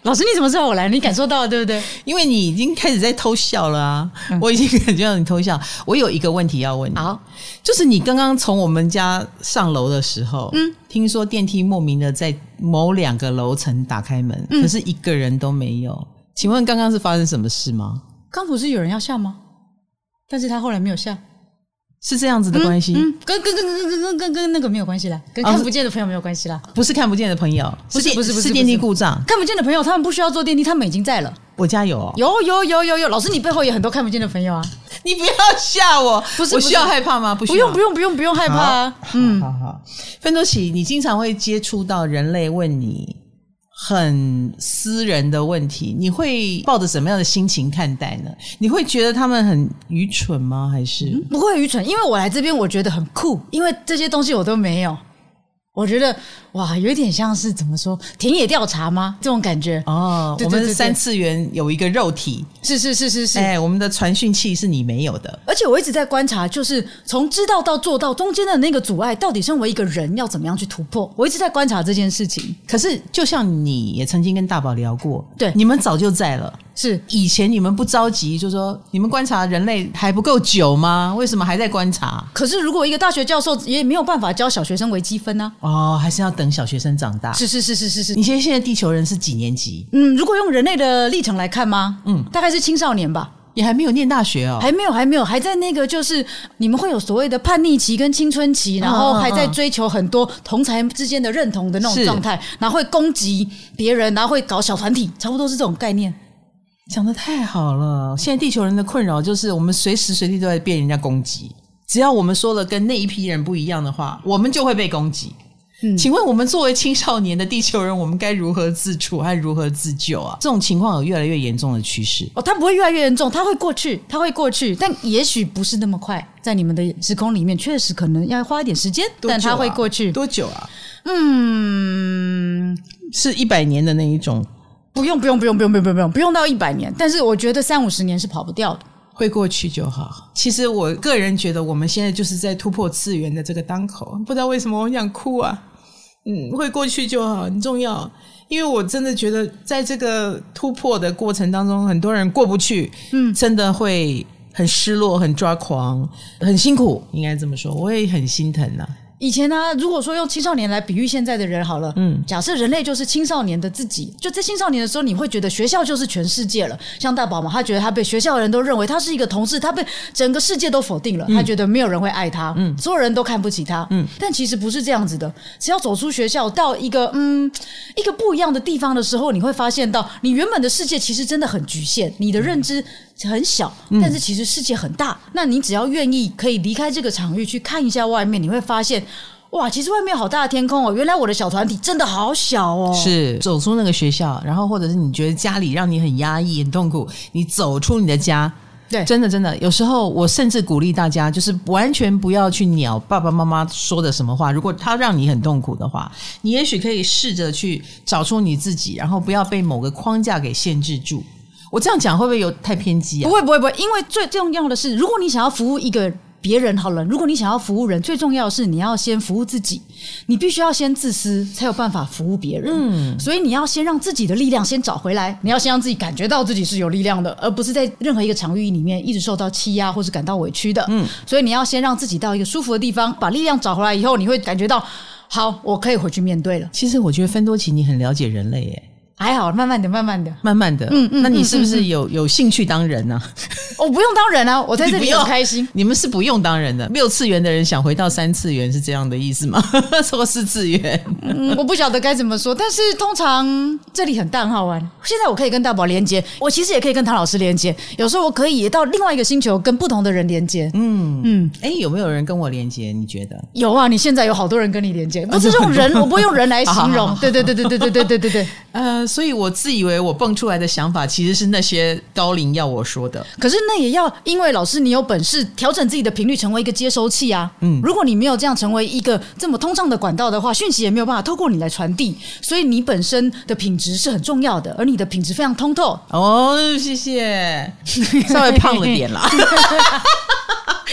老师你怎么知道我来？你感受到了对不对？ 因为你已经开始在偷笑了啊、嗯、我已经感觉到你偷笑。我有一个问题要问你，好，就是你刚刚从我们家上楼的时候，嗯，听说电梯莫名的在某两个楼层打开门、嗯、可是一个人都没有，请问刚刚是发生什么事吗？ 刚不是有人要下吗？但是他后来没有下， 是这样子的关系？嗯， 嗯跟跟跟跟跟跟跟那个没有关系啦，跟看不见的朋友没有关系啦、 哦、不是看不见的朋友， 不是不是不是是电梯故障。 看不见的朋友他们不需要坐电梯，他们已经在了。 我家有、哦、 有有有有有，老师你背后也很多看不见的朋友啊。 你不要吓我，不是我需要害怕吗？不需要， 不用不用不用不用害怕啊。 嗯，好好好。芬多奇，你经常会接触到人类问你很私人的问题，你会抱着什么样的心情看待呢？你会觉得他们很愚蠢吗？还是、嗯、 不会愚蠢？因为我来这边我觉得很酷，因为这些东西我都没有。我觉得哇，有点像是怎么说田野调查吗？这种感觉哦。对对对对，我们三次元有一个肉体， 是是是是是， 哎，我们的传讯器是你没有的。 而且我一直在观察，就是从知道到做到中间的那个阻碍，到底身为一个人要怎么样去突破？我一直在观察这件事情。 可是就像你也曾经跟大宝聊过， 对， 你们早就在了。 是以前你们不着急，就说你们观察人类还不够久吗？为什么还在观察？ 可是如果一个大学教授也没有办法教小学生微积分呢、 啊？哦，还是要等小学生长大。 是是是是是是。 你现在现在地球人是几年级？ 嗯，如果用人类的历程来看吗？嗯，大概是青少年吧。 也还没有念大学哦， 还没有还没有，还在那个就是你们会有所谓的叛逆期跟青春期，然后还在追求很多同侪之间的认同的那种状态，然后会攻击别人，然后会搞小团体，差不多是这种概念。 讲得太好了，现在地球人的困扰就是我们随时随地都在被人家攻击，只要我们说了跟那一批人不一样的话，我们就会被攻击。嗯，请问我们作为青少年的地球人，我们该如何自处和如何自救啊？这种情况有越来越严重的趋势哦，它不会越来越严重，它会过去，它会过去，但也许不是那么快，在你们的时空里面，确实可能要花一点时间，啊、但它会过去。 多久啊？ 嗯， 是一百年的那一种？ 不用，不用，不用，不用，不用，不用，不用到一百年，但是我觉得三五十年是跑不掉的。 会过去就好。其实我个人觉得我们现在就是在突破次元的这个当口，不知道为什么我很想哭啊。嗯，会过去就好，很重要。因为我真的觉得在这个突破的过程当中，很多人过不去，嗯，真的会很失落、很抓狂、很辛苦，应该这么说，我也很心疼啊。 以前呢、啊，如果说用青少年来比喻现在的人好了，嗯，假设人类就是青少年的自己，就在青少年的时候，你会觉得学校就是全世界了。像大宝嘛，他觉得他被学校的人都认为他是一个同事，他被整个世界都否定了，嗯、他觉得没有人会爱他，嗯，所有人都看不起他，嗯，但其实不是这样子的。只要走出学校，到一个嗯一个不一样的地方的时候，你会发现到你原本的世界其实真的很局限，你的认知很小，但是其实世界很大。嗯、那你只要愿意可以离开这个场域去看一下外面，你会发现。哇，其实外面有好大的天空哦！原来我的小团体真的好小哦。 是走出那个学校，然后或者是你觉得家里让你很压抑、很痛苦，你走出你的家， 对， 真的真的，有时候我甚至鼓励大家，就是完全不要去鸟爸爸妈妈说的什么话。如果他让你很痛苦的话，你也许可以试着去找出你自己，然后不要被某个框架给限制住。我这样讲会不会有太偏激啊？ 不会不会不会，因为最重要的是，如果你想要服务一个别人好了，如果你想要服务人，最重要的是你要先服务自己，你必须要先自私，才有办法服务别人。嗯，所以你要先让自己的力量先找回来，你要先让自己感觉到自己是有力量的，而不是在任何一个场域里面一直受到欺压或是感到委屈的。嗯，所以你要先让自己到一个舒服的地方，把力量找回来以后，你会感觉到好，我可以回去面对了。 其实我觉得芬多奇你很了解人类耶。 还好，慢慢的，慢慢的， 慢慢的。嗯嗯，那你是不是有、嗯、有兴趣当人呢、啊？ 我不用当人啊，我在这里很开心。 你们是不用当人的，六次元的人想回到三次元是这样的意思吗？说四次元、 嗯，我不晓得该怎么说，但是通常这里很大很好玩。现在我可以跟大宝连接，我其实也可以跟唐老师连接，有时候我可以也到另外一个星球跟不同的人连接。嗯嗯，哎，有没有人跟我连接？你觉得？ 有啊，你现在有好多人跟你连接，不是用人，我不会用人来形容。对对对对对对对对对对。 呃，所以我自以为我蹦出来的想法其实是那些高龄要我说的， 可是那也要因为老师你有本事调整自己的频率，成为一个接收器啊。嗯，如果你没有这样成为一个这么通畅的管道的话，讯息也没有办法透过你来传递，所以你本身的品质是很重要的，而你的品质非常通透。 哦，谢谢，稍微胖了点啦。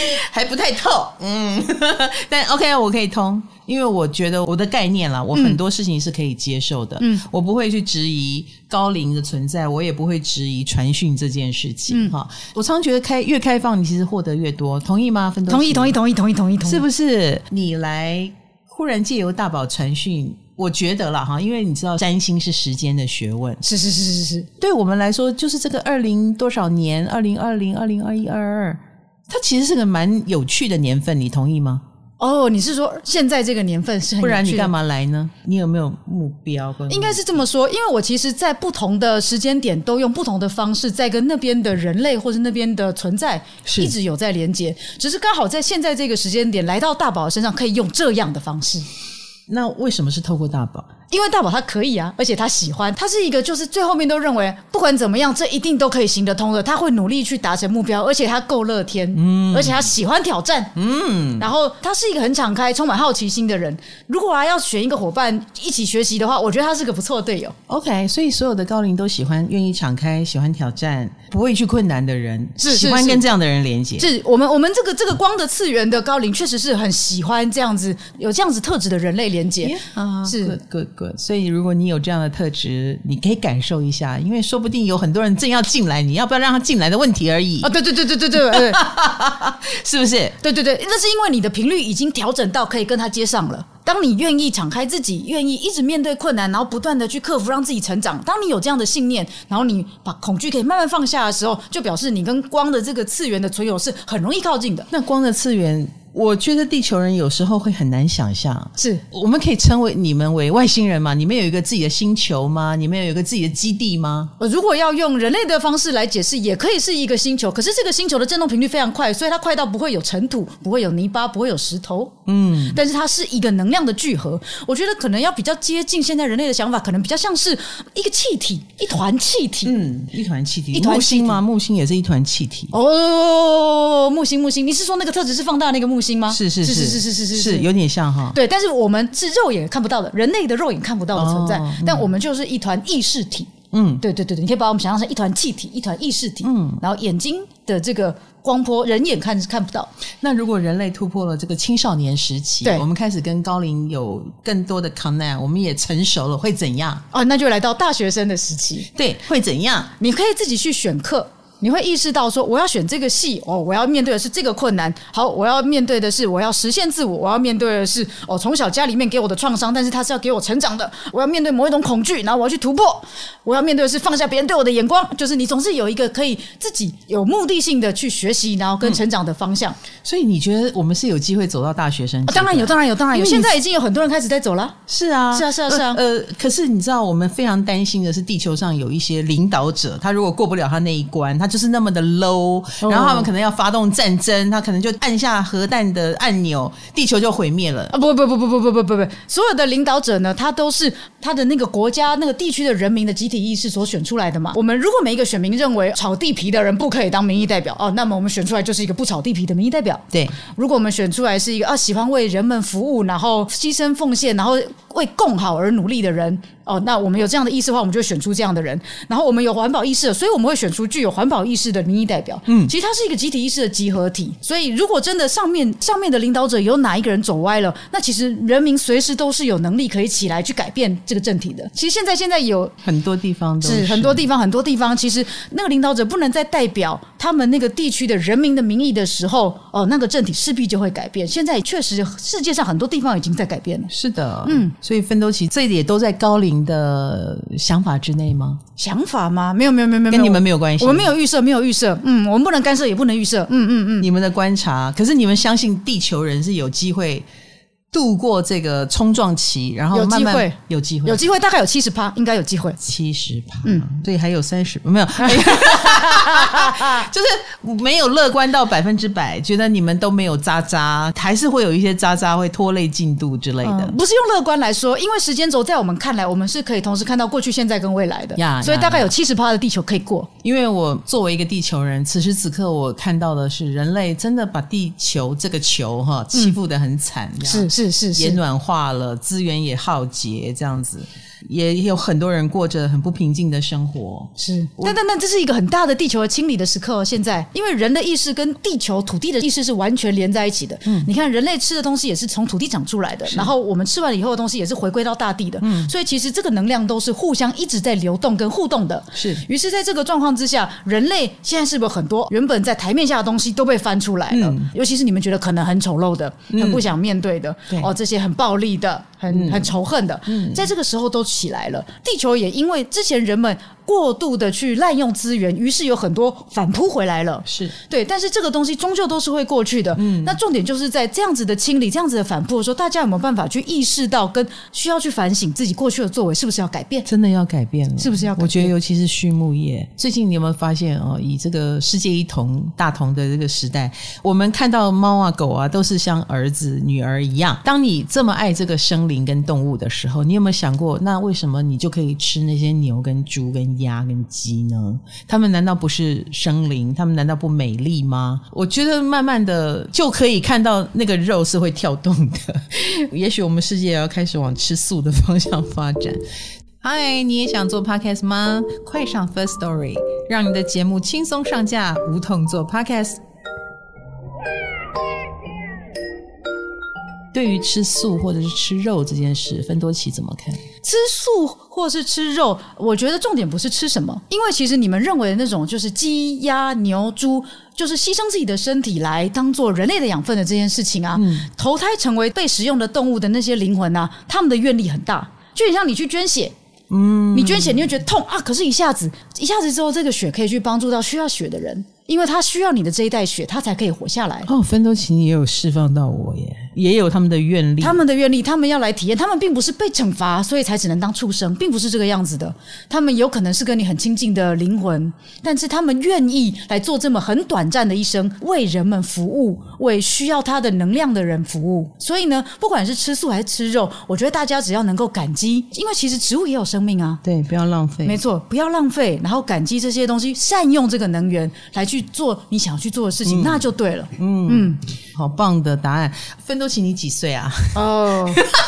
还不太透，嗯，但 OK 我可以通，因为我觉得我的概念啦，我很多事情是可以接受的，嗯，我不会去质疑高龄的存在，我也不会质疑传讯这件事情，哈、嗯，我常常觉得开越开放，你其实获得越多，同意吗？分同意，同意，同意，同意，同意，同意， 是不是？你来忽然借由大宝传讯。我觉得啦哈，因为你知道占星是时间的学问， 是是是是是， 对我们来说就是这个二零多少年，二零二零、二零二一、二二，它其实是个蛮有趣的年份，你同意吗？ 哦，你是说现在这个年份是很有趣的， 不然你干嘛来呢？你有没有目标？ 应该是这么说，因为我其实在不同的时间点都用不同的方式在跟那边的人类或是那边的存在一直有在连接，只是刚好在现在这个时间点来到大宝身上可以用这样的方式。 那为什么是透过大宝？ 因为大宝他可以啊，而且他喜欢，他是一个就是最后面都认为不管怎么样这一定都可以行得通的，他会努力去达成目标，而且他够乐天，嗯，而且他喜欢挑战，嗯，然后他是一个很敞开充满好奇心的人，如果还要选一个伙伴一起学习的话，我觉得他是个不错的队友。 OK， 所以所有的高龄都喜欢愿意敞开，喜欢挑战，不会去困难的人， 是喜欢跟这样的人连接。 是我们我们这个这个光的次元的高龄确实是很喜欢这样子有这样子特质的人类连接， yeah, 是 good good good。 所以如果你有这样的特质，你可以感受一下，因为说不定有很多人正要进来，你要不要让他进来的问题而已。 啊，对对对对对对对， 是不是？ 对对对，那是因为你的频率已经调整到可以跟他接上了。当你愿意敞开自己，愿意一直面对困难，然后不断的去克服，让自己成长，当你有这样的信念，然后你把恐惧可以慢慢放下的时候，就表示你跟光的这个次元的存有是很容易靠近的。 那光的次元，我觉得地球人有时候会很难想象， 是我们可以称为你们为外星人吗？你们有一个自己的星球吗？你们有一个自己的基地吗？ 如果要用人类的方式来解释，也可以是一个星球，可是这个星球的振动频率非常快，所以它快到不会有尘土，不会有泥巴，不会有石头，嗯，但是它是一个能量的聚合。我觉得可能要比较接近现在人类的想法，可能比较像是一个气体，一团气体， 嗯，一团气体， 一团木星吗？木星也是一团气体。 哦，木星木星，你是说那个特质是放大那个木星吗？ 是是是是是是是是是有点像哈。 对，但是我们是肉眼看不到的，人类的肉眼看不到的存在，哦嗯、但我们就是一团意识体。嗯，对对对对，你可以把我们想象成一团气体，一团意识体。嗯，然后眼睛的这个光波，人眼看是看不到。 那如果人类突破了这个青少年时期，对，我们开始跟高龄有更多的 connect， 我们也成熟了，会怎样？ 哦，那就来到大学生的时期。 对，会怎样？ 你可以自己去选课。你会意识到说，我要选这个系哦，我要面对的是这个困难。好，我要面对的是我要实现自我，我要面对的是哦，从小家里面给我的创伤，但是它是要给我成长的。我要面对某一种恐惧，然后我要去突破。我要面对的是放下别人对我的眼光，就是你总是有一个可以自己有目的性的去学习，然后跟成长的方向。嗯、 所以你觉得我们是有机会走到大学生、 啊？当然有，当然有，当然有。现在已经有很多人开始在走了。 是啊， 是啊，是啊，是啊。 呃，可是你知道，我们非常担心的是，地球上有一些领导者，他如果过不了他那一关，他就是那么的 low。然后他们可能要发动战争，他可能就按下核弹的按钮，地球就毁灭了。 啊不不不不不不不不不，所有的领导者呢，他都是他的那个国家、那个地区的人民的集体意识所选出来的嘛。我们如果每一个选民认为炒地皮的人不可以当民意代表哦，那么我们选出来就是一个不炒地皮的民意代表。 对， 如果我们选出来是一个啊喜欢为人们服务，然后牺牲奉献，然后为共好而努力的人。哦，那我们有这样的意识的话，我们就会选出这样的人。然后我们有环保意识，所以我们会选出具有环保意识的民意代表。嗯，其实它是一个集体意识的集合体。所以如果真的上面上面的领导者有哪一个人走歪了，那其实人民随时都是有能力可以起来去改变这个政体的。其实现在现在有很多地方都是， 是很多地方很多地方，其实那个领导者不能再代表他们那个地区的人民的民意的时候，哦，那个政体势必就会改变。现在确实世界上很多地方已经在改变了。 是的，嗯，所以奋斗期这也都在高龄的想法之内吗？ 想法吗？没有没有没有没有， 跟你们没有关系。 我们没有预设，没有预设。嗯，我们不能干涉，也不能预设。嗯嗯嗯。 你们的观察，可是你们相信地球人是有机会度过这个冲撞期，然后慢慢有机会， 有机会， 有机会，大概有七十趴，应该有机会。 七十趴，嗯，对，还有三十，没有，就是没有乐观到百分之百，觉得你们都没有渣渣，还是会有一些渣渣会拖累进度之类的。 嗯、不是用乐观来说，因为时间轴在我们看来，我们是可以同时看到过去、现在跟未来的，呀所以大概有七十趴的地球可以过。 因为我作为一个地球人，此时此刻我看到的是人类真的把地球这个球哈欺负得很惨， 嗯、是是是是， 也暖化了，资源也耗竭，这样子。 也有很多人过着很不平静的生活。 是，但但但这是一个很大的地球的清理的时刻哦。现在，因为人的意识跟地球土地的意识是完全连在一起的。嗯，你看人类吃的东西也是从土地长出来的，然后我们吃完以后的东西也是回归到大地的。嗯，所以其实这个能量都是互相一直在流动跟互动的。是，于是在这个状况之下，人类现在是不是很多原本在台面下的东西都被翻出来了？嗯、尤其是你们觉得可能很丑陋的、嗯、很不想面对的，哦，这些很暴力的、很、嗯、很仇恨的、嗯，在这个时候都起来了。地球也因为之前人们过度的去滥用资源，于是有很多反扑回来了。是对，但是这个东西终究都是会过去的。嗯，那重点就是在这样子的清理、这样子的反扑的时候，大家有没有办法去意识到，跟需要去反省自己过去的作为是不是要改变？ 真的要改变了， 是不是要改变？ 我觉得尤其是畜牧业，最近你有没有发现哦？以这个世界一同大同的这个时代，我们看到猫啊狗啊都是像儿子女儿一样。当你这么爱这个生灵跟动物的时候，你有没有想过，那为什么你就可以吃那些牛跟猪跟鸭跟鸡呢？他们难道不是生灵？他们难道不美丽吗？我觉得慢慢的就可以看到那个肉是会跳动的。也许我们世界也要开始往吃素的方向发展。嗨，你也想做 podcast 吗？快上 First Story， 让你的节目轻松上架，无痛做 podcast。对于吃素或者是吃肉这件事，芬多奇怎么看？ 吃素或是吃肉，我觉得重点不是吃什么，因为其实你们认为的那种就是鸡鸭牛猪，就是牺牲自己的身体来当做人类的养分的这件事情啊、嗯、投胎成为被食用的动物的那些灵魂啊，他们的愿力很大，就很像你去捐血。嗯，你捐血你会觉得痛啊，可是一下子一下子之后，这个血可以去帮助到需要血的人，因为他需要你的这一袋血，他才可以活下来。 哦，芬多奇也有释放到我耶，也有他们的愿力， 他们的愿力，他们要来体验，他们并不是被惩罚，所以才只能当畜生，并不是这个样子的。他们有可能是跟你很亲近的灵魂，但是他们愿意来做这么很短暂的一生，为人们服务，为需要他的能量的人服务。所以呢，不管是吃素还是吃肉，我觉得大家只要能够感激，因为其实植物也有生命啊。 对，不要浪费。 没错，不要浪费，然后感激这些东西，善用这个能源来去做你想要去做的事情、嗯、那就对了。嗯嗯， 好棒的答案。芬多奇你几岁啊？哦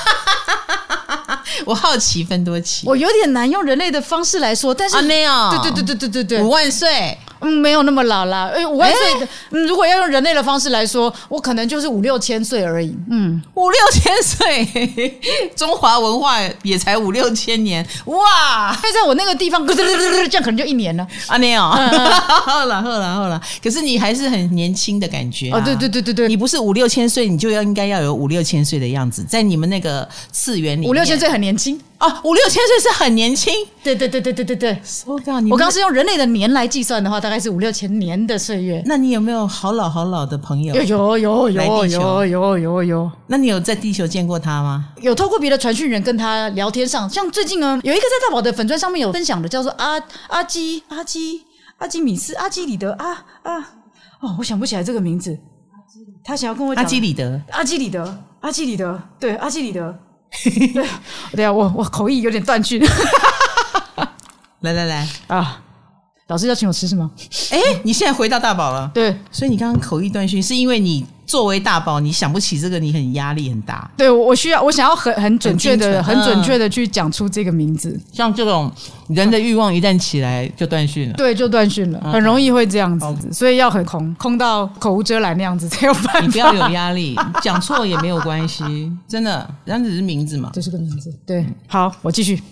我好奇芬多奇， 我有点难用人类的方式来说，但是啊没有， 对对对对对对对， 五万岁。 嗯，没有那么老啦。哎，五万岁的、欸嗯，如果要用人类的方式来说，我可能就是五六千岁而已。嗯， 五六千岁，中华文化也才五六千年，哇！ 所以在我那个地方，这样可能就一年了。 啊，没有，好了好了好了。可是你还是很年轻的感觉、啊、 哦，对对对对对， 你不是五六千岁，你就要应该要有五六千岁的样子，在你们那个次元里面， 五六千岁很年轻。 啊，五六千岁是很年轻， 对对对对对对对。 我刚我刚是用人类的年来计算的话，大概是五六千年的岁月。 那你有没有好老好老的朋友？ 有有有有有有有有。 那你有在地球见过他吗？ 有透过别的传讯人跟他聊天上，像最近呢，有一个在大宝的粉专上面有分享的，叫做阿阿基阿基阿基米斯阿基里德啊啊哦，我想不起来这个名字。他想要跟我讲阿基里德阿基里德阿基里德对阿基里德。对，对啊，我我口译有点断句。 来来来啊，老师要请我吃是吗？ 哎，你现在回到大宝了， 对， 所以你刚刚口译断讯，是因为你作为大宝，你想不起这个，你很压力很大。 对，我需要，我想要很很准确的、很, 很准确的去讲出这个名字。 像这种人的欲望一旦起来，就断讯了。 对，就断讯了，很容易会这样子，所以要很空，空到口无遮拦那样子才有办法。 你不要有压力，讲错也没有关系，真的，这样只是名字嘛， 这是个名字。对，好，我继续。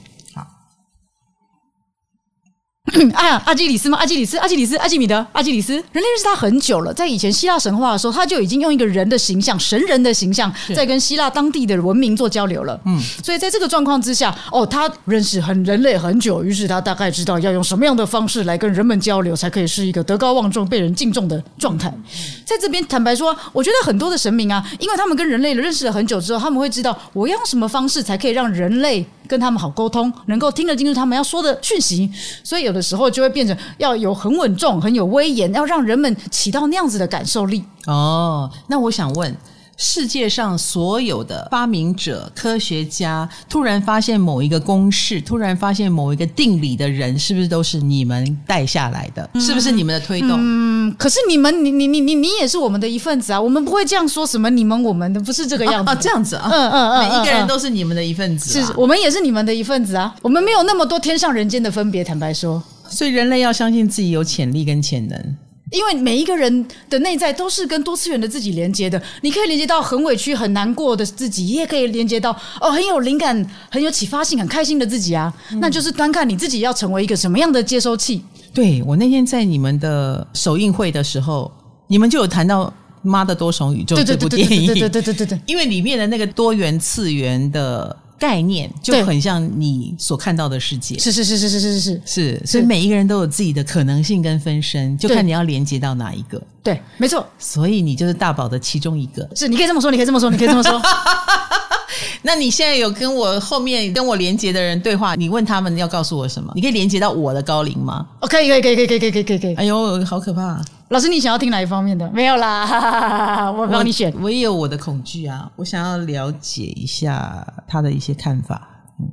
啊，阿基里斯吗？阿基里斯，阿基里斯，阿基米德，阿基里斯。人类认识他很久了，在以前希腊神话的时候，他就已经用一个人的形象、神人的形象，在跟希腊当地的文明做交流了。嗯，所以在这个状况之下，哦，他认识很人类很久，于是他大概知道要用什么样的方式来跟人们交流，才可以是一个德高望重、被人敬重的状态。在这边，坦白说，我觉得很多的神明啊，因为他们跟人类认识了很久之后，他们会知道我要用什么方式才可以让人类跟他们好沟通，能够听得进去他们要说的讯息，所以有的时候就会变成要有很稳重、很有威严，要让人们起到那样子的感受力。 哦，那我想问， 世界上所有的发明者、科学家突然发现某一个公式，突然发现某一个定理的人，是不是都是你们带下来的？嗯、是不是你们的推动？ 嗯，可是你们，你你你你你也是我们的一份子啊！我们不会这样说什么你们我们的，不是这个样子啊！啊这样子啊！ 嗯嗯嗯， 每一个人都是你们的一份子、啊， 是我们也是你们的一份子啊！我们没有那么多天上人间的分别，坦白说， 所以人类要相信自己有潜力跟潜能。 因为每一个人的内在都是跟多次元的自己连接的，你可以连接到很委屈很难过的自己，也可以连接到哦很有灵感很有启发性很开心的自己啊、嗯、那就是端看你自己要成为一个什么样的接收器。 对，我那天在你们的首映会的时候，你们就有谈到妈的多重宇宙这部电影， 对对对对对对， 因为里面的那个多元次元的概念就很像你所看到的世界， 是是是是是是是是，所以每一个人都有自己的可能性跟分身，就看你要连接到哪一个。 对，没错， 所以你就是大宝的其中一个。 是，你可以这么说，你可以这么说，你可以这么说。 那你现在有跟我后面跟我连接的人对话，你问他们要告诉我什么？你可以连接到我的高龄吗？ 哦，可以可以可以可以可以可以可以可以。 哎呦，好可怕、啊！ 老师，你想要听哪一方面的？没有啦，哈哈哈哈我帮你选。 我，我也有我的恐惧啊，我想要了解一下他的一些看法。嗯，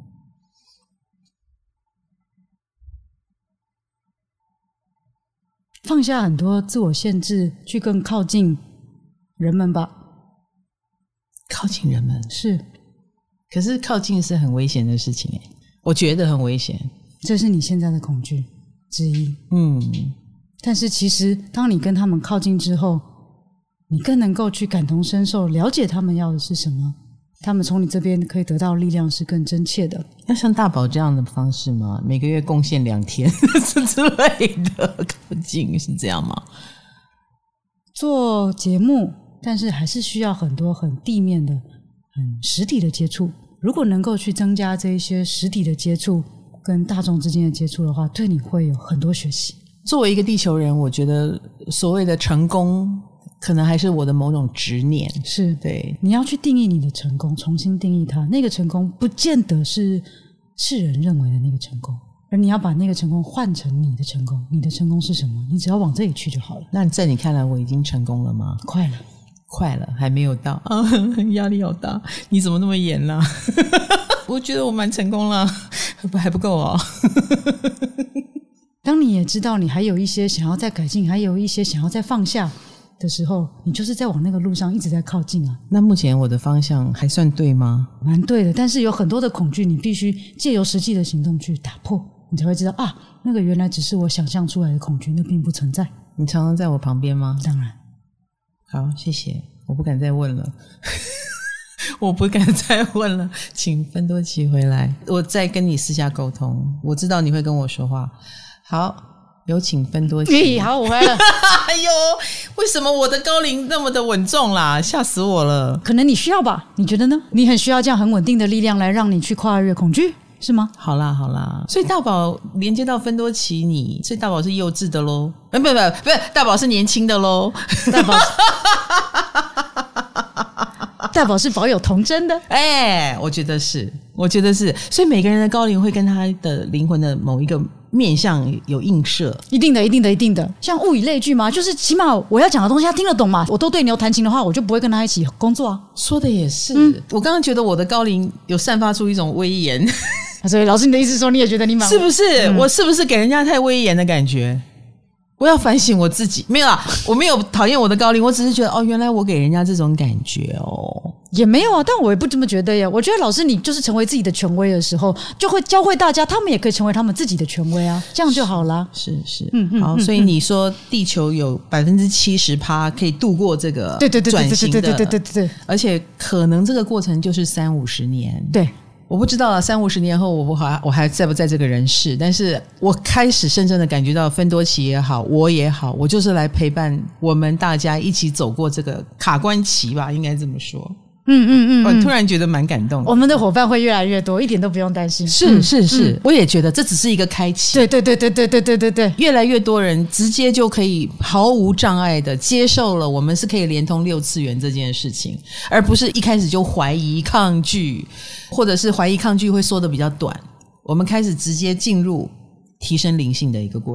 放下很多自我限制，去更靠近人们吧。 靠近人们是， 可是靠近是很危险的事情耶，我觉得很危险。 这是你现在的恐惧之一。嗯，但是其实当你跟他们靠近之后，你更能够去感同身受，了解他们要的是什么，他们从你这边可以得到力量是更真切的。 要像大宝这样的方式吗？每个月贡献两天之类的靠近是这样吗？ 做节目但是还是需要很多很地面的很实体的接触，如果能够去增加这一些实体的接触跟大众之间的接触的话，对你会有很多学习。 作为一个地球人，我觉得所谓的成功可能还是我的某种执念。 是， 对， 你要去定义你的成功，重新定义它。那个成功不见得是世人认为的那个成功，而你要把那个成功换成你的成功。你的成功是什么？你只要往这里去就好了。 那在你看来我已经成功了吗？ 快了快了，还没有到啊，压力好大。你怎么那么严啦、啊？我觉得我蛮成功了，还不够哦。 当你也知道你还有一些想要再改进，还有一些想要再放下的时候，你就是在往那个路上一直在靠近啊。 那目前我的方向还算对吗？ 蛮对的，但是有很多的恐惧，你必须借由实际的行动去打破，你才会知道啊，那个原来只是我想象出来的恐惧，那并不存在。 你常常在我旁边吗？ 当然。 好，谢谢，我不敢再问了。我不敢再问了，请芬多奇回来，我再跟你私下沟通。我知道你会跟我说话。好，有请芬多奇。 好，我回来了。 哎呦，为什么我的高龄那么的稳重啦？吓死我了。 可能你需要吧？你觉得呢？你很需要这样很稳定的力量来让你去跨越恐惧，是吗？ 好啦好啦，所以大宝连接到芬多奇你，所以大宝是幼稚的咯。不不不不是，大宝是年轻的咯。大宝大宝是保有童真的。 哎、欸，我觉得是我觉得是，所以每个人的高龄会跟他的灵魂的某一个面向有映射。 一定的一定的一定的，像物以类聚嘛，就是起码我要讲的东西他听得懂嘛。我都对牛弹琴的话，我就不会跟他一起工作啊。 说的也是、嗯、我刚刚觉得我的高龄有散发出一种威严。 所以老师你的意思说你也觉得你蛮， 是不是、嗯、我是不是给人家太威严的感觉？我要反省我自己。没有啦，我没有讨厌我的高龄，我只是觉得哦，原来我给人家这种感觉哦。 也没有啊，但我也不这么觉得耶。我觉得老师你就是成为自己的权威的时候，就会教会大家，他们也可以成为他们自己的权威啊，这样就好啦。 是是，嗯嗯。好，所以你说地球有百分之七十趴可以度过这个转型的， 对对对对对对对对对， 而且可能这个过程就是三五十年。 对。 我不知道了，三五十年后我还我还在不在这个人世？但是我开始深深的感觉到，芬多奇也好，我也好，我就是来陪伴我们大家一起走过这个卡关期吧，应该这么说。嗯嗯嗯，我突然觉得蛮感动的。 我们的伙伴会越来越多，一点都不用担心。 是是是、嗯，我也觉得这只是一个开启。 对对对对对对对对对， 越来越多人直接就可以毫无障碍的接受了我们是可以连通六次元这件事情，而不是一开始就怀疑抗拒，或者是怀疑抗拒会说的比较短。我们开始直接进入提升灵性的一个过程。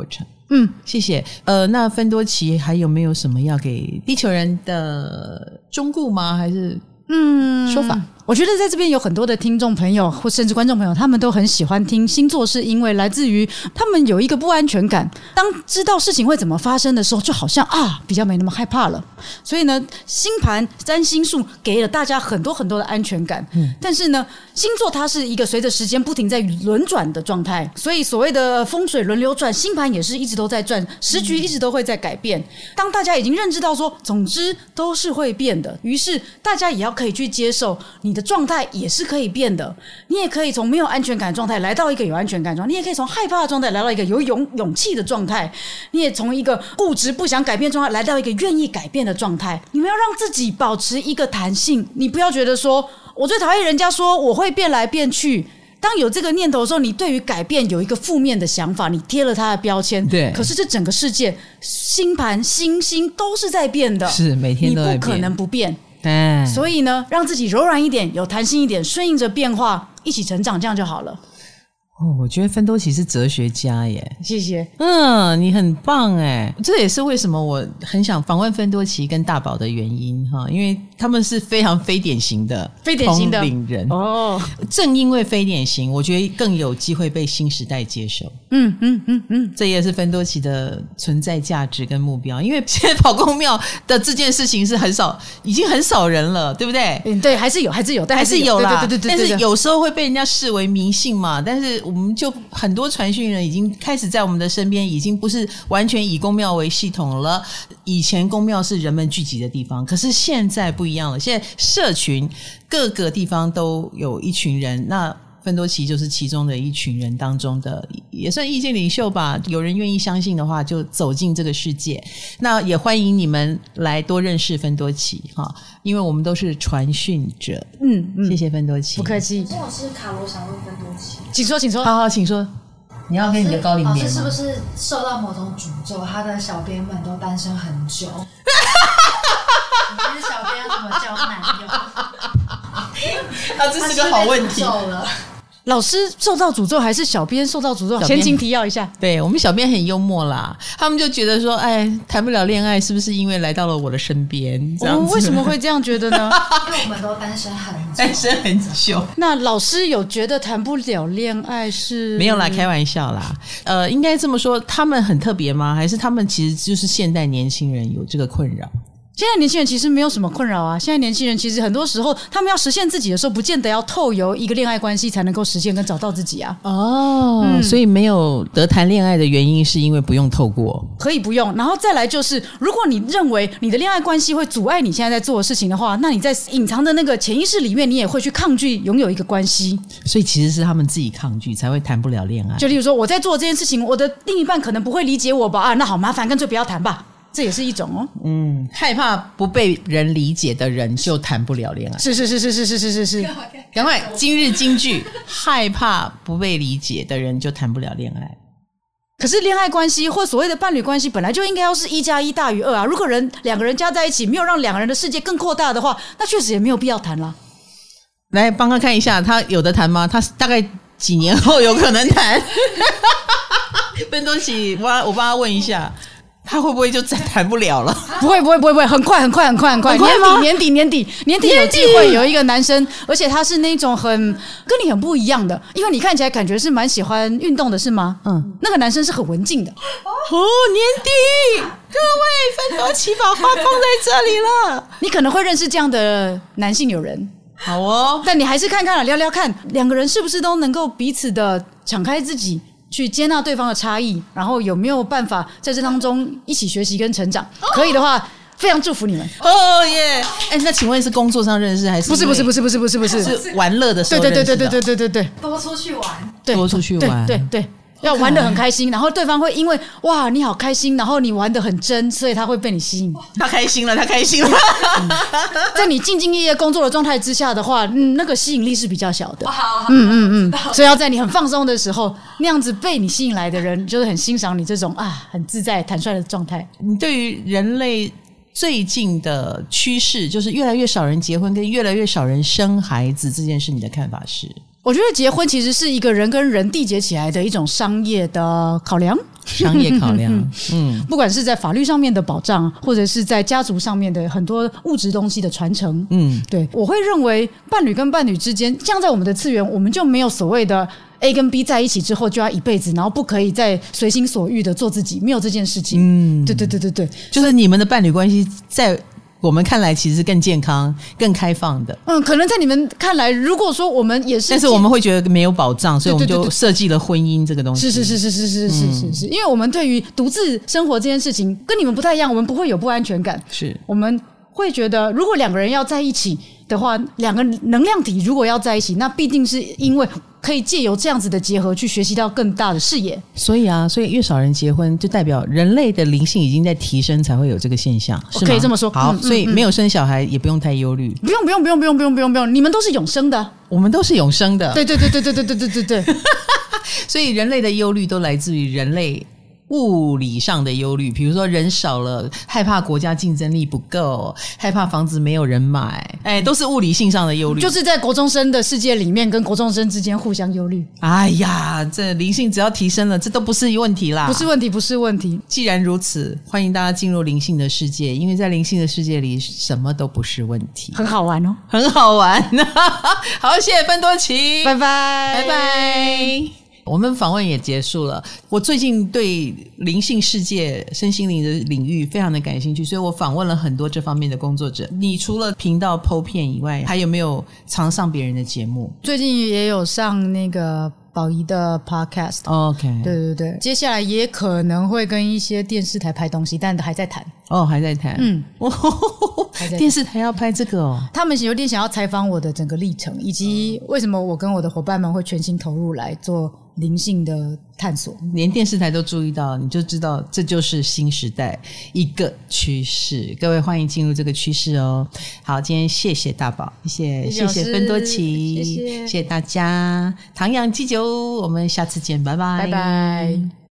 嗯，谢谢。呃，那芬多奇还有没有什么要给地球人的忠告吗？还是嗯说法？ 我觉得在这边有很多的听众朋友或甚至观众朋友，他们都很喜欢听星座，是因为来自于他们有一个不安全感，当知道事情会怎么发生的时候，就好像啊比较没那么害怕了。所以呢，星盘占星术给了大家很多很多的安全感。嗯，但是呢，星座它是一个随着时间不停在轮转的状态，所以所谓的风水轮流转，星盘也是一直都在转，时局一直都会在改变。当大家已经认知到说，总之都是会变的，于是大家也要可以去接受你。你的状态也是可以变的，你也可以从没有安全感的状态来到一个有安全感的状态，你也可以从害怕的状态来到一个有勇勇气的状态，你也从一个固执不想改变的状态来到一个愿意改变的状态。你们要让自己保持一个弹性，你不要觉得说我最讨厌人家说我会变来变去。当有这个念头的时候，你对于改变有一个负面的想法，你贴了他的标签。 对， 可是这整个世界星盘星星都是在变的， 是每天都在变， 你不可能不变。所以呢，让自己柔软一点，有弹性一点，顺应着变化，一起成长，这样就好了。 哦，我觉得芬多奇是哲学家耶， 谢谢。 嗯，你很棒耶，这也是为什么我很想访问芬多奇跟大宝的原因哈，因为他们是非常非典型的非典型的同龄人哦。 正因为非典型，我觉得更有机会被新时代接受。 嗯嗯嗯嗯， 这也是芬多奇的存在价值跟目标。因为现在跑公庙的这件事情是很少，已经很少人了，对不对？ 嗯，对，还是有，还是有，但还是有啦。 对对对对对。 但是有时候会被人家视为迷信嘛，但是我们就很多传讯人已经开始在我们的身边，已经不是完全以公庙为系统了。以前公庙是人们聚集的地方，可是现在不一样了，现在社群各个地方都有一群人，那芬多奇就是其中的一群人当中的，也算意见领袖吧。有人愿意相信的话，就走进这个世界。那也欢迎你们来多认识芬多奇哈，因为我们都是传讯者。嗯嗯，谢谢芬多奇， 不客气。 我是卡罗，想问芬多奇， 请说，请说。 好好，请说。你要跟你的高龄连吗？ 老师是不是受到某种诅咒？他的小编们都单身很久。你是小编怎么交男友？ 啊，这是个好问题。 老师受到诅咒还是小编受到诅咒？前情提要一下。 对，我们小编很幽默啦，他们就觉得说，哎，谈不了恋爱是不是因为来到了我的身边？这样子。 我们为什么会这样觉得呢？ 因为我们都单身很久， 单身很久。 那老师有觉得谈不了恋爱是？ 没有啦，开玩笑啦。呃，应该这么说，他们很特别吗？还是他们其实就是现代年轻人有这个困扰？ 现在年轻人其实没有什么困扰啊。现在年轻人其实很多时候，他们要实现自己的时候，不见得要透由一个恋爱关系才能够实现跟找到自己啊。 哦、嗯，所以没有得谈恋爱的原因，是因为不用透过， 可以不用。然后再来就是，如果你认为你的恋爱关系会阻碍你现在在做的事情的话，那你在隐藏的那个潜意识里面，你也会去抗拒拥有一个关系。 所以其实是他们自己抗拒，才会谈不了恋爱。 就例如说，我在做这件事情，我的另一半可能不会理解我吧？啊，那好麻烦，干脆不要谈吧。这也是一种哦， 嗯，害怕不被人理解的人就谈不了恋爱。 是是是是是是是是是， 赶快今日金句，害怕不被理解的人就谈不了恋爱。 可是恋爱关系或所谓的伴侣关系本来就应该要是一加一大于二啊！如果人两个人加在一起，没有让两个人的世界更扩大的话，那确实也没有必要谈了。 来帮他看一下，他有得谈吗？他大概几年后有可能谈？芬多奇，我我帮他问一下。他会不会就再谈不了了？ 不会不会不会不会，很快很快很快很快， 很快吗？ 年底年底年底年底有机会有一个男生，而且他是那种很跟你很不一样的，因为你看起来感觉是蛮喜欢运动的，是吗？嗯，那个男生是很文静的。 哦，年底，各位芬多奇把话放在这里了， 你可能会认识这样的男性友人。 好哦， 但你还是看看了聊聊看，两个人是不是都能够彼此的敞开自己。去接纳对方的差异，然后有没有办法在这当中一起学习跟成长？可以的话，非常祝福你们。 哦耶！哎，那请问是工作上认识还是？ 不是不是不是不是不是不是是玩乐的时候认识的？ 对对对对对对对对， 多出去玩， 对， 多出去玩， 对对对。要玩得很开心，然后对方会因为哇你好开心，然后你玩得很真，所以他会被你吸引。 他开心了，他开心了。 嗯、在你兢兢业业工作的状态之下的话，嗯，那个吸引力是比较小的。 好，好嗯嗯嗯，所以要在你很放松的时候，那样子被你吸引来的人，就是很欣赏你这种啊很自在坦率的状态。 你对于人类最近的趋势，就是越来越少人结婚，跟越来越少人生孩子这件事，你的看法是？ 我觉得结婚其实是一个人跟人缔结起来的一种商业的考量， 商业考量，嗯， 不管是在法律上面的保障，或者是在家族上面的很多物质东西的传承，嗯，对，我会认为伴侣跟伴侣之间，像在我们的次元，我们就没有所谓的 A 跟 B 在一起之后就要一辈子，然后不可以再随心所欲的做自己，没有这件事情。嗯，对对对对对， 就是你们的伴侣关系在我们看来其实是更健康更开放的。 嗯，可能在你们看来，如果说我们也是， 但是我们会觉得没有保障，所以我们就设计了婚姻这个东西。 是是是是是是是是是，因为我们对于独自生活这件事情跟你们不太一样，我们不会有不安全感， 是我们会觉得如果两个人要在一起的话，两个能量体如果要在一起，那必定是因为可以借由这样子的结合去学习到更大的视野。 所以啊，所以越少人结婚，就代表人类的灵性已经在提升，才会有这个现象，是吗？ 可以这么说。 好， 嗯、 所以没有生小孩也不用太忧虑。 不用不用不用不用不用不用不用，你们都是永生的， 我们都是永生的。 对对对对对对对对对对。 所以人类的忧虑都来自于人类物理上的忧虑，比如说人少了，害怕国家竞争力不够，害怕房子没有人买，哎，都是物理性上的忧虑， 就是在国中生的世界里面跟国中生之间互相忧虑。 哎呀，这灵性只要提升了，这都不是问题啦， 不是问题不是问题。 既然如此，欢迎大家进入灵性的世界，因为在灵性的世界里什么都不是问题， 很好玩哦， 很好玩。好，谢谢芬多奇， 拜拜拜拜。我们访问也结束了，我最近对灵性世界身心灵的领域非常的感兴趣，所以我访问了很多这方面的工作者。你除了频道 po 片以外，还有没有常上别人的节目？ 最近也有上那个宝仪的 podcast。 OK， 对对对，接下来也可能会跟一些电视台拍东西，但还在谈。 哦，还在谈。嗯， 还在谈。 电视台要拍这个哦， 他们有点想要采访我的整个历程，以及为什么我跟我的伙伴们会全心投入来做灵性的探索。 连电视台都注意到，你就知道这就是新时代一个趋势。各位欢迎进入这个趋势哦。好，今天谢谢大宝，谢谢谢谢芬多奇， 谢谢谢谢大家。唐阳鸡酒，我们下次见，拜拜拜拜。